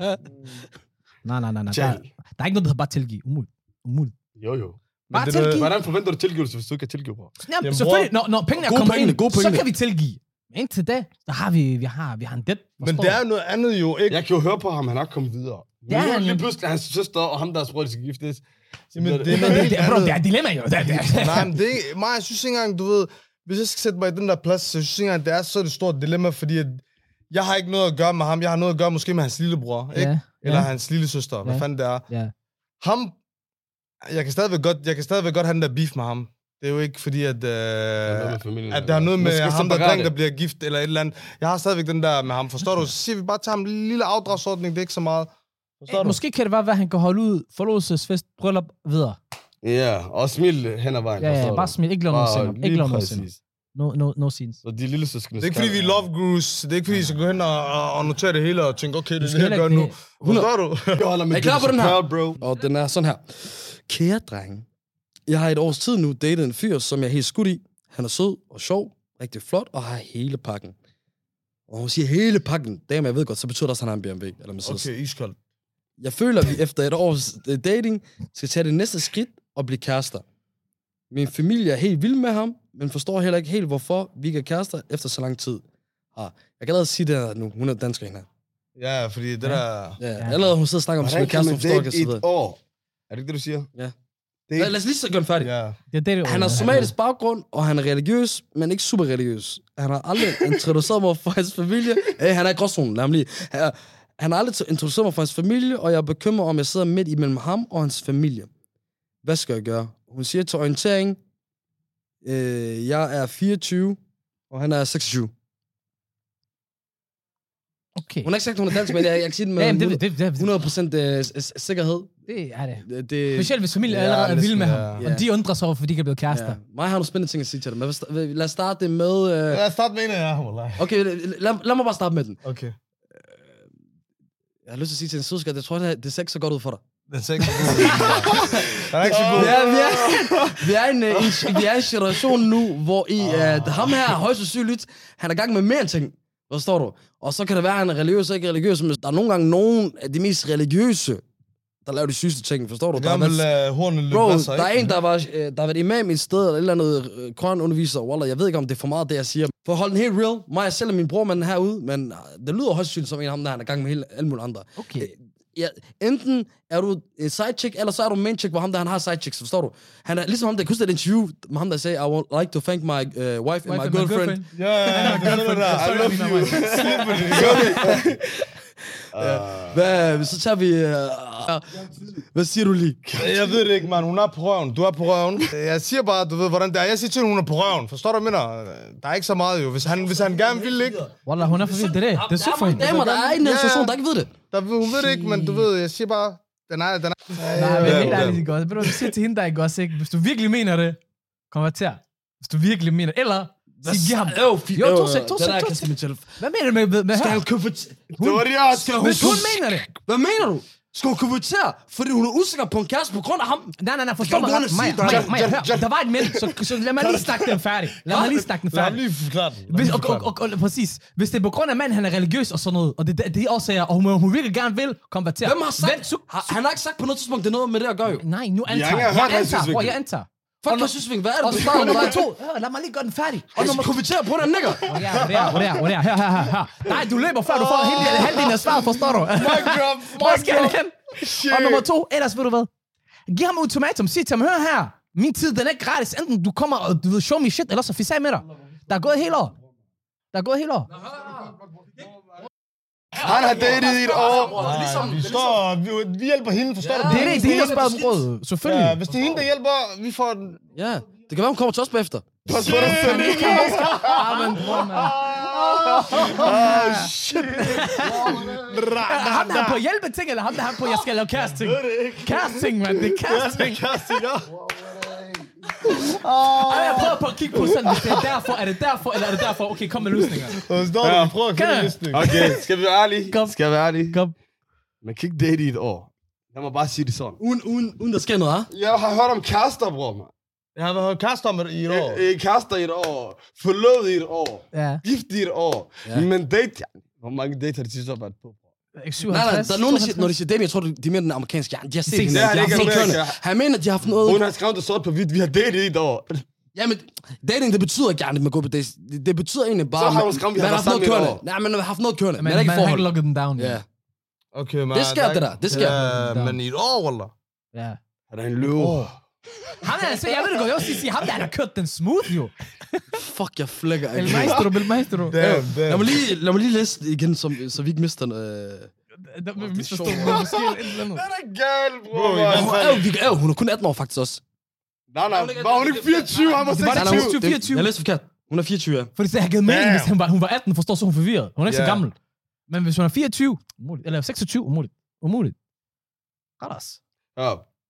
A: Nej, nej, nej, nej. Der, der er ikke noget, der hedder bare tilgive. Umuligt. Umuligt.
C: Jo, jo.
E: Men
A: Bare
E: det
A: tilgive.
E: der-
C: Hvordan forventer du tilgivelse, hvis du ikke kan tilgive, bror?
A: Jamen,
E: Jamen,
A: selvfølgelig, når, når pengene er
B: Gode
A: kommet
B: pengene,
A: ind,
B: gode
A: så
B: pengene.
A: kan vi tilgive. Men indtil da, så har vi, vi har, vi har en debt.
E: Men det er noget andet jo, ikke?
C: Jeg kan jo høre på ham, han er kommet videre.
A: Ja,
C: Ja, nu
A: han-
C: lige pludselig hans søster og ham, deres bror, de skal giftes.
E: Jamen, det er
A: Men
E: noget
A: det,
E: helt
A: det, bro,
E: andet.
A: det er et dilemma, jo. Det, er- det, er-
E: Nej, men det er ikke... Mig, jeg synes ikke engang, du ved... Hvis jeg skal sætte mig i den der plads, så synes jeg ikke engang, det er så et stort dilemma, fordi at jeg har ikke noget at gøre med ham. Jeg har noget at gøre måske med hans lillebror, ikke?
A: Ja,
E: Eller
A: ja.
E: hans lille søster, hvad
A: Ja.
E: fanden det er.
A: Ja.
E: Ham... Jeg kan stadigvæk godt, jeg kan stadigvæk godt have den der beef med ham. Det er jo ikke fordi, at, øh,
C: noget med familien,
E: at der er noget med
C: man skal
E: ham, der
C: separere
E: dreng,
C: det.
E: der bliver gift, eller et eller andet. Jeg har stadigvæk den der med ham, forstår du? Så siger vi bare til ham en lille afdragsordning, det er ikke så meget. Forstår du?
A: Måske kan det være, at han kan holde ud, forlovelsesfest, bryllup, videre.
C: Ja, og smil hen ad vejen.
A: Ja, ja,
C: forstår du?
A: bare smil. Ikke lave noget
C: Bare
A: sender. Ikke
C: lige
A: lave noget sender.
C: præcis.
A: No, no, no scenes.
C: Så de lille søskende
E: Det er ikke fordi, vi er love gurus. Det er ikke fordi, I skal gå hen og, og, og notere det hele og tænke, okay, det er
A: skal
E: det, jeg gør
A: heller
E: nu.
A: ikke-
E: Forstår du?
C: Jeg holder med
B: Er I klar på den her?
C: Chappelle, bro.
B: Og den er sådan her. Kære drenge, jeg har i et års tid nu datet en fyr, som jeg er helt skudt i. Han er sød og sjov, rigtig flot og har hele pakken. Og hun siger hele pakken. Dame, jeg ved godt, så betyder det også, at han har en B M W eller Mercedes.
E: Okay, iskold.
B: Jeg føler, at vi efter et års øh, dating skal tage det næste skridt og blive kærester. Min familie er helt vild med ham, men forstår heller ikke helt, hvorfor vi ikke er kærester efter så lang tid. Ah, jeg kan allerede sige det her nu. Hun er dansker hende her.
E: Ja, fordi det der...
B: Ja, allerede hun sidder og snakker om, at
C: Hvordan
B: vi er
C: kan
B: kærester,
C: man
B: hun forstår ikke,
C: date
B: og
C: i
B: så
C: et
B: videre.
C: år? Er det ikke det, du siger?
B: Ja.
C: Det
B: Lad, lad os lige så gøre den færdig.
E: Ja.
A: Det er det,
B: Han har somalisk baggrund, og han er religiøs, men ikke super religiøs. Han har aldrig introduceret mig for hans familie. Hey, han er i gråzonen, lad ham lige. Han, han har aldrig introduceret mig for hans familie, og jeg er bekymret om, jeg sidder midt imellem ham og hans familie. Hvad skal jeg gøre? Hun siger til orientering, øh, jeg er fireogtyve, og han er seksogtyve.
A: Okay.
B: Hun har ikke sagt, at hun er dansk, men jeg, jeg kan sige det med
A: Ja, jamen, det, det, det,
B: hundrede procent øh, s- s- sikkerhed.
A: det er det.
B: Det, det,
A: Specielt hvis familien
E: Ja,
A: allerede er
E: det
A: vild med
E: skal-
A: ham.
B: ja.
A: Og de undrer sig over, fordi de er blevet kærester.
B: ja. Mig har nogle spændende ting at sige til dig, men hvad- hvad- lad os starte det med... Øh,
E: Lad os starte med en af jer, wallah.
B: okay, lad, lad mig bare starte med den.
E: Okay.
B: Jeg har lyst til at sige til en sødskat, jeg tror, det, her- det ser ikke så godt ud for dig.
E: Den er ikke så god. Den er ikke så god.
B: Vi er, vi er, vi er, en, øh, en, vi er i en situation nu, hvor i, uh, ham her er højst sandsynligt, han er i gang med mere end ting. Forstår du? Og så kan det være, at han er religiøs og ikke religiøs, men der er nogle gange nogen af de mest religiøse, der laver de sygeste ting. Forstår du?
E: Jeg
B: Der har
E: gerne vil
B: været-
E: lade hornene løbe
B: Bro,
E: af sig,
B: der er
E: ikke?
B: en, der var, øh, der har været imam i et sted, eller et eller andet øh, koranunderviser, wallah, jeg ved ikke, om det er for meget, det jeg siger. For at holde den helt real, mig og selv og min bror, man er herude, men øh, det lyder højst sandsynligt som en af ham, der han er i gang med hele, alle mulige andre.
A: Okay.
B: Øh, Ja, enten er du en sidechick, eller så er du en main chick, hvor ham der han har sidechicks, forstår du? Han er ligesom ham, der kunne det interview med ham, der sagde, I would like to thank my uh, wife, and
A: Wife
B: my
A: and
B: girlfriend.
E: Ja, ja, ja, det er det der. I love you. Super, det er
B: Hvad, så tager vi... Uh, hvad siger du lige?
E: Jeg ved det ikke, man. Hun er på røven. Du er på røven. Jeg siger bare, du ved, hvordan det er. Jeg siger til hende, hun er på røven. Forstår du, hvad jeg mener? Der er ikke så meget, jo. Hvis han, hvis han gerne vil, ikke?
A: Wallah, hun er for vild. Det er det. Det er sygt for hende.
B: Damer, der er en
E: Ja.
B: situation, der ikke ved det.
E: Der, hun ved det ikke, men du ved, jeg siger bare, den er... Den er
A: Nej, men
E: Ja,
A: helt
E: ja.
A: ærligt, det er godt. Ved du, hvad vi siger til hende, der er ikke også, ikke? Hvis du virkelig mener det, konverter. Hvis du virkelig mener Eller, Sig, giv ham.
B: Jo, fi-
A: Jo, to
B: øh,
A: sek, to
B: den
A: sek,
B: er
A: to
B: Kasper
A: sek.
B: Mitchell.
A: Hvad mener du med, med, med
B: Skal
A: her?
B: han konvertere?
C: Det var det også.
B: Skal hun,
A: Hvis hun mener det.
B: Hvad mener du? Skal hun konvertere, fordi hun er usikker på en kæreste på grund af ham?
A: Nej, nej, nej, forstår mig ret. Maja, Maja, Maja, hør. Der var et men, så, så lad mig lige snakke den færdig. Lad mig lige snakke den
E: Lad ham
A: færdig.
E: lige forklare den. Lad ham
A: Hvis,
E: lige
A: og, og,
E: forklare
A: og, og, præcis. Hvis det er på grund af manden, han er religiøs og sådan noget, og det, det, det er årsager, og hun, hun virkelig gerne vil konvertere.
B: Hvem har sagt?
A: Vent, su-
B: Har, han har ikke sagt på noget tidspunkt, det er noget med det at gøre jo.
A: Nej, nu antager
C: har
A: jeg.
C: ikke hørt
A: Jeg
C: hans
A: antager,
C: synsvinkel.
A: bror, jeg antager.
B: Fuck, jeg synes, hvad er det?
A: Og så og nummer to. Hør, lad mig lige gøre den færdig. Og
B: Og
A: nummer
B: nummer konvertere på den nigger.
A: Ja, hvor er, hvor er, hvor er, her, her, her, her. Nej, du løber før du får hele halvdelen af svaret, forstår du? Hvor skal han hen? Og nummer to, ellers ved du hvad? Giv ham ultimatum, sig til ham, hør her. Min tid, den er ikke gratis. Enten du kommer og du ved, show me shit, eller så fisser jeg med dig. Der er gået hele år. Der er gået hele år.
C: Han har datet i et år.
E: den. Vi står, vi, vi hjælper hende, forstår du?
A: Det er det, det er hende, der spørger
E: spørger
A: om råd. Selvfølgelig.
E: Ja, hvis det er hende, der hjælper, vi får den.
B: Ja, det kan være, hun kommer til os bagefter.
C: Pas på dig selv.
A: Ah, men bror, mand. Ham der er på hjælpeting, eller ham der er på, jeg skal lave kæresteting? Kæresteting, mand. Det er kæresteting. Ej, jeg prøver på at kigge på sådan, hvis det er derfor, er det derfor, eller er det derfor? Okay, kom med løsninger.
E: Forstår du? Prøv at
A: Kan
E: finde
A: jeg?
E: listen.
C: Okay, skal vi være ærlige?
A: Kom.
C: Skal vi være ærlige?
A: Kom.
C: Man kan ikke date i et år. Lad mig bare sige det sådan.
B: Uden, uden, uden der sker noget, ha'?
C: Jeg har hørt om kærester, bror, man.
E: Jeg har været kærester med i et år.
C: Øh, øh, Kærester i et år. Forlovet i et år.
A: Ja.
C: Gift i et år.
B: Ja.
C: Men date... Hvor mange dates har de sidste år været på?
B: Nej, nej, der er nogen, der siger, når de siger dating, jeg tror, de er mere den amerikanske. Ja, de har set
A: Det
B: hende.
A: er
B: De har
C: ikke
B: haft noget
C: Amerika.
B: kørende. Han mener, de har haft noget...
C: Hun har skrevet det sort på hvidt. Vi har datet i et år.
B: Jamen, dating, det betyder ikke gerne, at man går på dates. Det, det betyder egentlig bare...
C: Så har hun
B: man-
C: skrevet, vi
B: man
C: har
B: haft
C: været
B: noget
C: sammen i et
B: kørende.
C: år.
B: Nej, men man har haft noget kørende. Men,
A: Men
B: men ikke
A: man har ikke
B: forhold.
A: lukket den down.
B: Ja.
E: Okay, man.
B: Det sker, det der. Det sker.
E: Ja, men i et år, eller?
A: Ja.
C: Er der en løve?
A: Ham der, altså, jeg ved det godt, jeg vil sige, ham der, han har kørt den smooth, jo.
B: Fuck, jeg flækker.
A: El
B: ikke.
A: maestro, el maestro.
E: Damn,
B: Lad
E: damn.
B: mig lige, lad mig lige læse det igen, så, så vi ikke mister... Øh...
A: Der vil misforstå mig, måske et eller andet.
C: Er det galt,
E: Bro,
C: bror?
E: i hvert
B: Hun
E: fald-
B: er, jo, vi, er jo, hun er kun atten år faktisk også.
C: Nej, nej. Var hun ikke fireogtyve? Han var
A: Det var da
C: seksogtyve.
A: seksogtyve, fireogtyve.
B: Jeg læste forkert. Hun er fireogtyve, ja.
A: Fordi det har givet mening,
E: Damn.
A: hvis hun var, hun var atten, forstår, så er hun forvirret. Hun er ikke så
E: Ja.
A: gammel. Men hvis hun er fireogtyve, umuligt. Eller seksogtyve, umuligt. Umuligt. Radas.
C: Ja.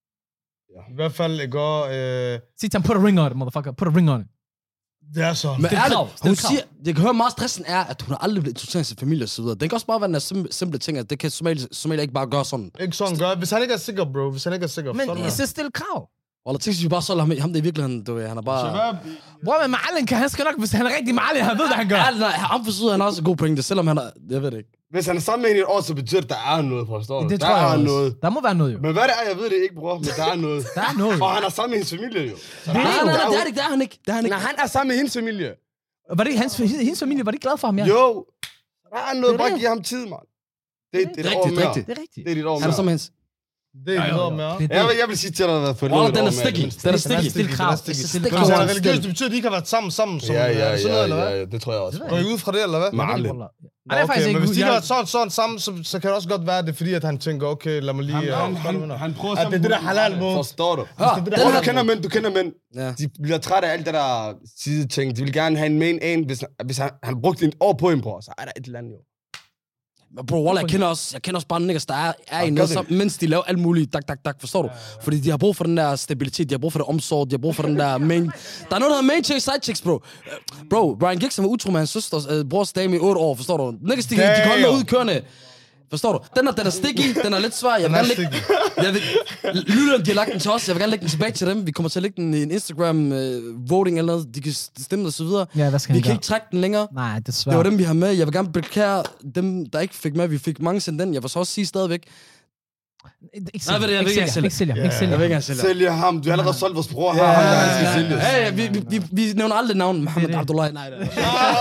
E: I hvert fald i går... Øh,
A: Sig til ham, put a ring on it, motherfucker. Put a ring on it.
E: det er så.
B: Men
A: Stil
B: ærligt,
A: krav, stil
B: hun
A: krav.
B: siger, jeg kan høre meget stressen er, at hun har aldrig blevet introduceret til sin familie og så videre. Det kan også bare være den der simple, simple ting, at det kan Somalia, Somalia ikke bare gøre sådan.
E: Ikke sådan gør. Hvis han ikke er sikker, bro. Hvis han ikke er sikker.
A: Men
E: sådan
A: så stil krav.
B: Og der tænker vi bare så ham, ham det er virkelig, han, du, ved, han er bare...
A: Bror, men Marlin kan han skal nok, hvis han er rigtig Marlin, han ved, hvad han gør.
B: Ærligt, nej, ham for siden, han har også en god pointe, selvom han er... Jeg ved det ikke.
C: Hvis han er sammen med hende i et år, så betyder det, at der er noget, forstår du?
A: Det
C: der
A: tror jeg
C: er
A: også.
C: noget.
A: Der må være noget, jo.
C: Men hvad det er, jeg ved det ikke, bror. Men der er noget.
A: Der er noget.
C: Og han er sammen med hendes familie, jo. Så
A: Det er
C: der
B: Nej,
A: jo-
B: nej, nej,
C: der
B: det er det ikke, det er han ikke. Det er han ikke.
C: Nej, han er sammen med hendes familie.
A: Var det hans, hendes familie, var de glade for ham, ja?
C: Jo. Der er noget,
A: Det er
C: bare
A: det.
C: giv ham tid, mand. Det er
B: Det
C: et
B: er
C: år
B: rigtigt, det
C: mere.
B: er rigtigt.
A: Det er rigtigt.
C: Det er dit år
B: Han er som
C: mere.
B: hans.
E: Det er noget med.
A: Det er
C: Jeg
A: det.
C: vil, jeg vil sige til dig, at der er for
B: Åh,
C: lidt
B: den er
C: år mere.
B: sticky.
C: Men-
B: Den er
A: Stil
B: sticky.
A: krav.
E: Stil
A: Stil
B: krav.
E: Hvis
A: krav.
E: han er religiøs, det betyder, at de ikke har været sammen sammen. Som,
C: Ja, ja,
E: er det sådan
C: ja,
E: noget, eller hvad?
C: ja, ja, det tror jeg også.
A: Det ved
E: Går I ud fra det, eller hvad?
C: Men aldrig.
A: Nej, det er faktisk
E: Okay,
A: ikke...
E: men hvis de ikke har
A: jeg-
E: været sådan, sådan sammen, så, så kan det også godt være, at det er fordi, at han tænker, okay, lad mig lige...
C: Han,
E: øh,
C: han,
E: forstår du, hvad
C: han,
E: jeg
C: han prøver
E: mener? At det er det der halal måde.
C: Forstår du?
B: Hør,
E: det
B: den
E: der-
C: Bror,
B: her...
C: du kender mænd, du kender mænd.
B: Ja.
C: De bliver trætte af alt det der side ting. De vil gerne have en main en. Hvis, hvis han, han brugte et år på en, bror, så er der et eller andet, jo.
B: Men bro, Walla, jeg kender også, jeg kender også bare niggas, der er, er i
C: gør
B: noget
C: det.
B: sammen, mens de laver alt muligt, dak, dak, dak, forstår du? Fordi de har brug for den der stabilitet, de har brug for det omsorg, de har brug for den der main... Der er noget, der hedder main chicks, side chicks, bro. Uh, Bro, Brian Giggs var utro med hans søsters uh, brors dame i otte år, forstår du? Niggas, de, de kan holde noget ud kørende. Forstår du? Den er, den er sticky, den er lidt svær. Jeg vil gerne lægge... Jeg vil... Lytterne, de har lagt den til os. Jeg vil gerne lægge den tilbage til dem. Vi kommer til at lægge den i en Instagram-voting eller noget. De kan stemme og så videre.
A: Ja, hvad skal
B: Vi
A: han
B: kan
A: gøre?
B: ikke trække den længere.
A: Nej, det er
B: Det
A: svært.
B: var dem, vi har med. Jeg vil gerne beklage dem, der ikke fik med. Vi fik mange sendt den. Jeg vil så også sige stadigvæk.
A: Ikke
B: Nej,
A: sælger,
B: ved det, jeg
A: ikke
B: vil ikke
A: sælger, ikke sælger, ikke
B: Jeg
A: sælger.
B: vil ikke engang sælge.
C: Sælge ham. Du har allerede solgt vores bror her. Ham, der han skal sælges.
B: Ja, ja, vi, vi, vi, vi nævner aldrig navnet Mohammed
A: Det er det.
B: Abdullahi. Nej, nej, nej.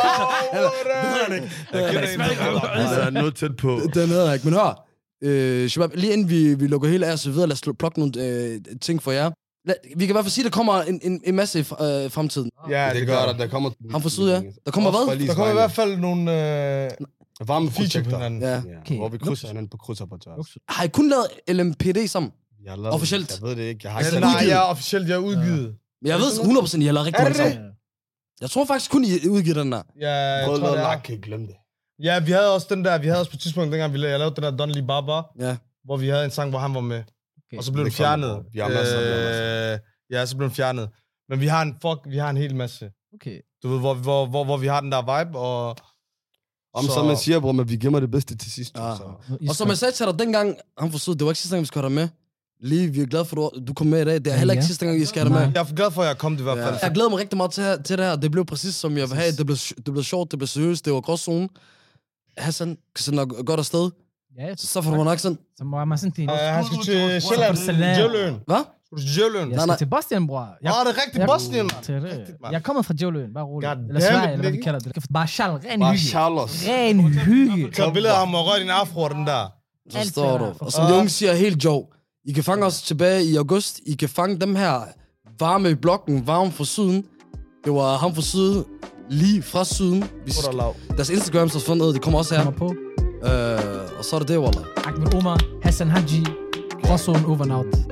C: Det er noget tæt på.
B: Den hedder jeg ikke. Men hør, øh, Shabab, lige inden vi, vi lukker hele af og så videre, lad os plukke nogle øh, ting for jer. Lad, vi kan i hvert fald sige, at der kommer en, en, en masse i øh, fremtiden.
E: Ja,
C: Det gør der. Der kommer...
B: Ham fra syd, ja. Der kommer hvad?
E: Der kommer i hvert fald nogle øh,
C: Varme
E: feature på
C: projekter.
E: hinanden.
B: Ja.
C: Ja,
A: Okay.
C: hvor vi krydser hinanden på krydser på tværs.
B: Har I kun lavet L M P D sammen?
C: Jeg har lavet-
B: Officielt.
C: Jeg ved det ikke. Jeg har
E: Ja,
C: ikke
E: nej,
B: udgivet.
E: jeg er officielt, jeg er udgivet.
B: Men jeg ved hundrede procent, at I har lavet rigtig
C: Er
B: mange
C: det
B: sammen. Jeg tror faktisk kun, I udgiver den der.
E: Ja, jeg
C: Prøv
E: tror,
C: at
E: det
C: lade
E: er.
C: kan ikke glemme det.
E: Ja, vi havde også den der, vi havde også på et tidspunkt, dengang vi lavede, jeg lavede den der Don Lee Baba,
B: Ja.
E: hvor vi havde en sang, hvor han var med.
A: Okay.
E: Og så blev
C: Det
E: den
C: kommer,
E: fjernet.
C: bror. Vi har masser, vi har masser.
E: Øh, Ja, så blev den fjernet. Men vi har en, fuck, vi har en hel masse.
A: Okay.
E: Du ved, hvor, hvor, hvor, hvor vi har den der vibe, og...
C: Om
E: så-
C: så man siger, bror, men vi gemmer det bedste til sidst.
B: Ja.
C: Så.
B: Og som jeg sagde til dig dengang, han forsøgte, det var ikke sidste gang, vi skulle have dig med. Lige, vi er glade for, at du kom med i dag. Det er heller ikke
A: Ja.
B: sidste gang, vi skal have dig med.
E: Jeg er glad for, at jeg kom det i hvert fald.
B: Jeg glæder mig rigtig meget til, til det her. Det blev præcis, som jeg vil have. Det blev, det blev sjovt, det blev seriøst, det var gråzone. Hassan kan sende nok godt afsted.
A: Ja,
B: Så får du nok sådan...
A: så må man sådan til...
E: Uh, han skal til Sjælland,
A: Salam.
E: Djævløen.
B: Hvad?
E: Skal du til Djævløen?
A: Jeg
B: Nej,
A: skal
B: nej.
A: til Bosnien, bror. Jeg,
E: Åh, det er rigtigt,
A: jeg-
E: Bosnien, mand.
A: til det.
E: Rigtigt, mand.
A: Jeg er kommet fra Djævløen, bare roligt.
E: God
A: Eller
E: damn
A: Sverige,
E: it,
A: eller hvad vi
E: nigga.
A: kalder det. Bare Charles, ren
C: Bare
A: hygge.
C: Charles.
A: Ren hygge.
E: Så billeder af ham og røg din afro og den der.
B: Så
A: Alt
B: står
A: det
B: du.
A: der.
B: Og som de unge siger, helt Joe. I kan fange os tilbage i august. I kan fange dem her varme i blokken, varme fra syden. Det var ham fra syden, lige fra syden. Vi,
E: Hvor der lav.
B: deres Instagrams har fundet ud, det kommer også her.
A: Kommer på.
B: Øh, og så er det det, Wallah.
A: Ahmed Omar, Hassan Haji, Gråzone over and out.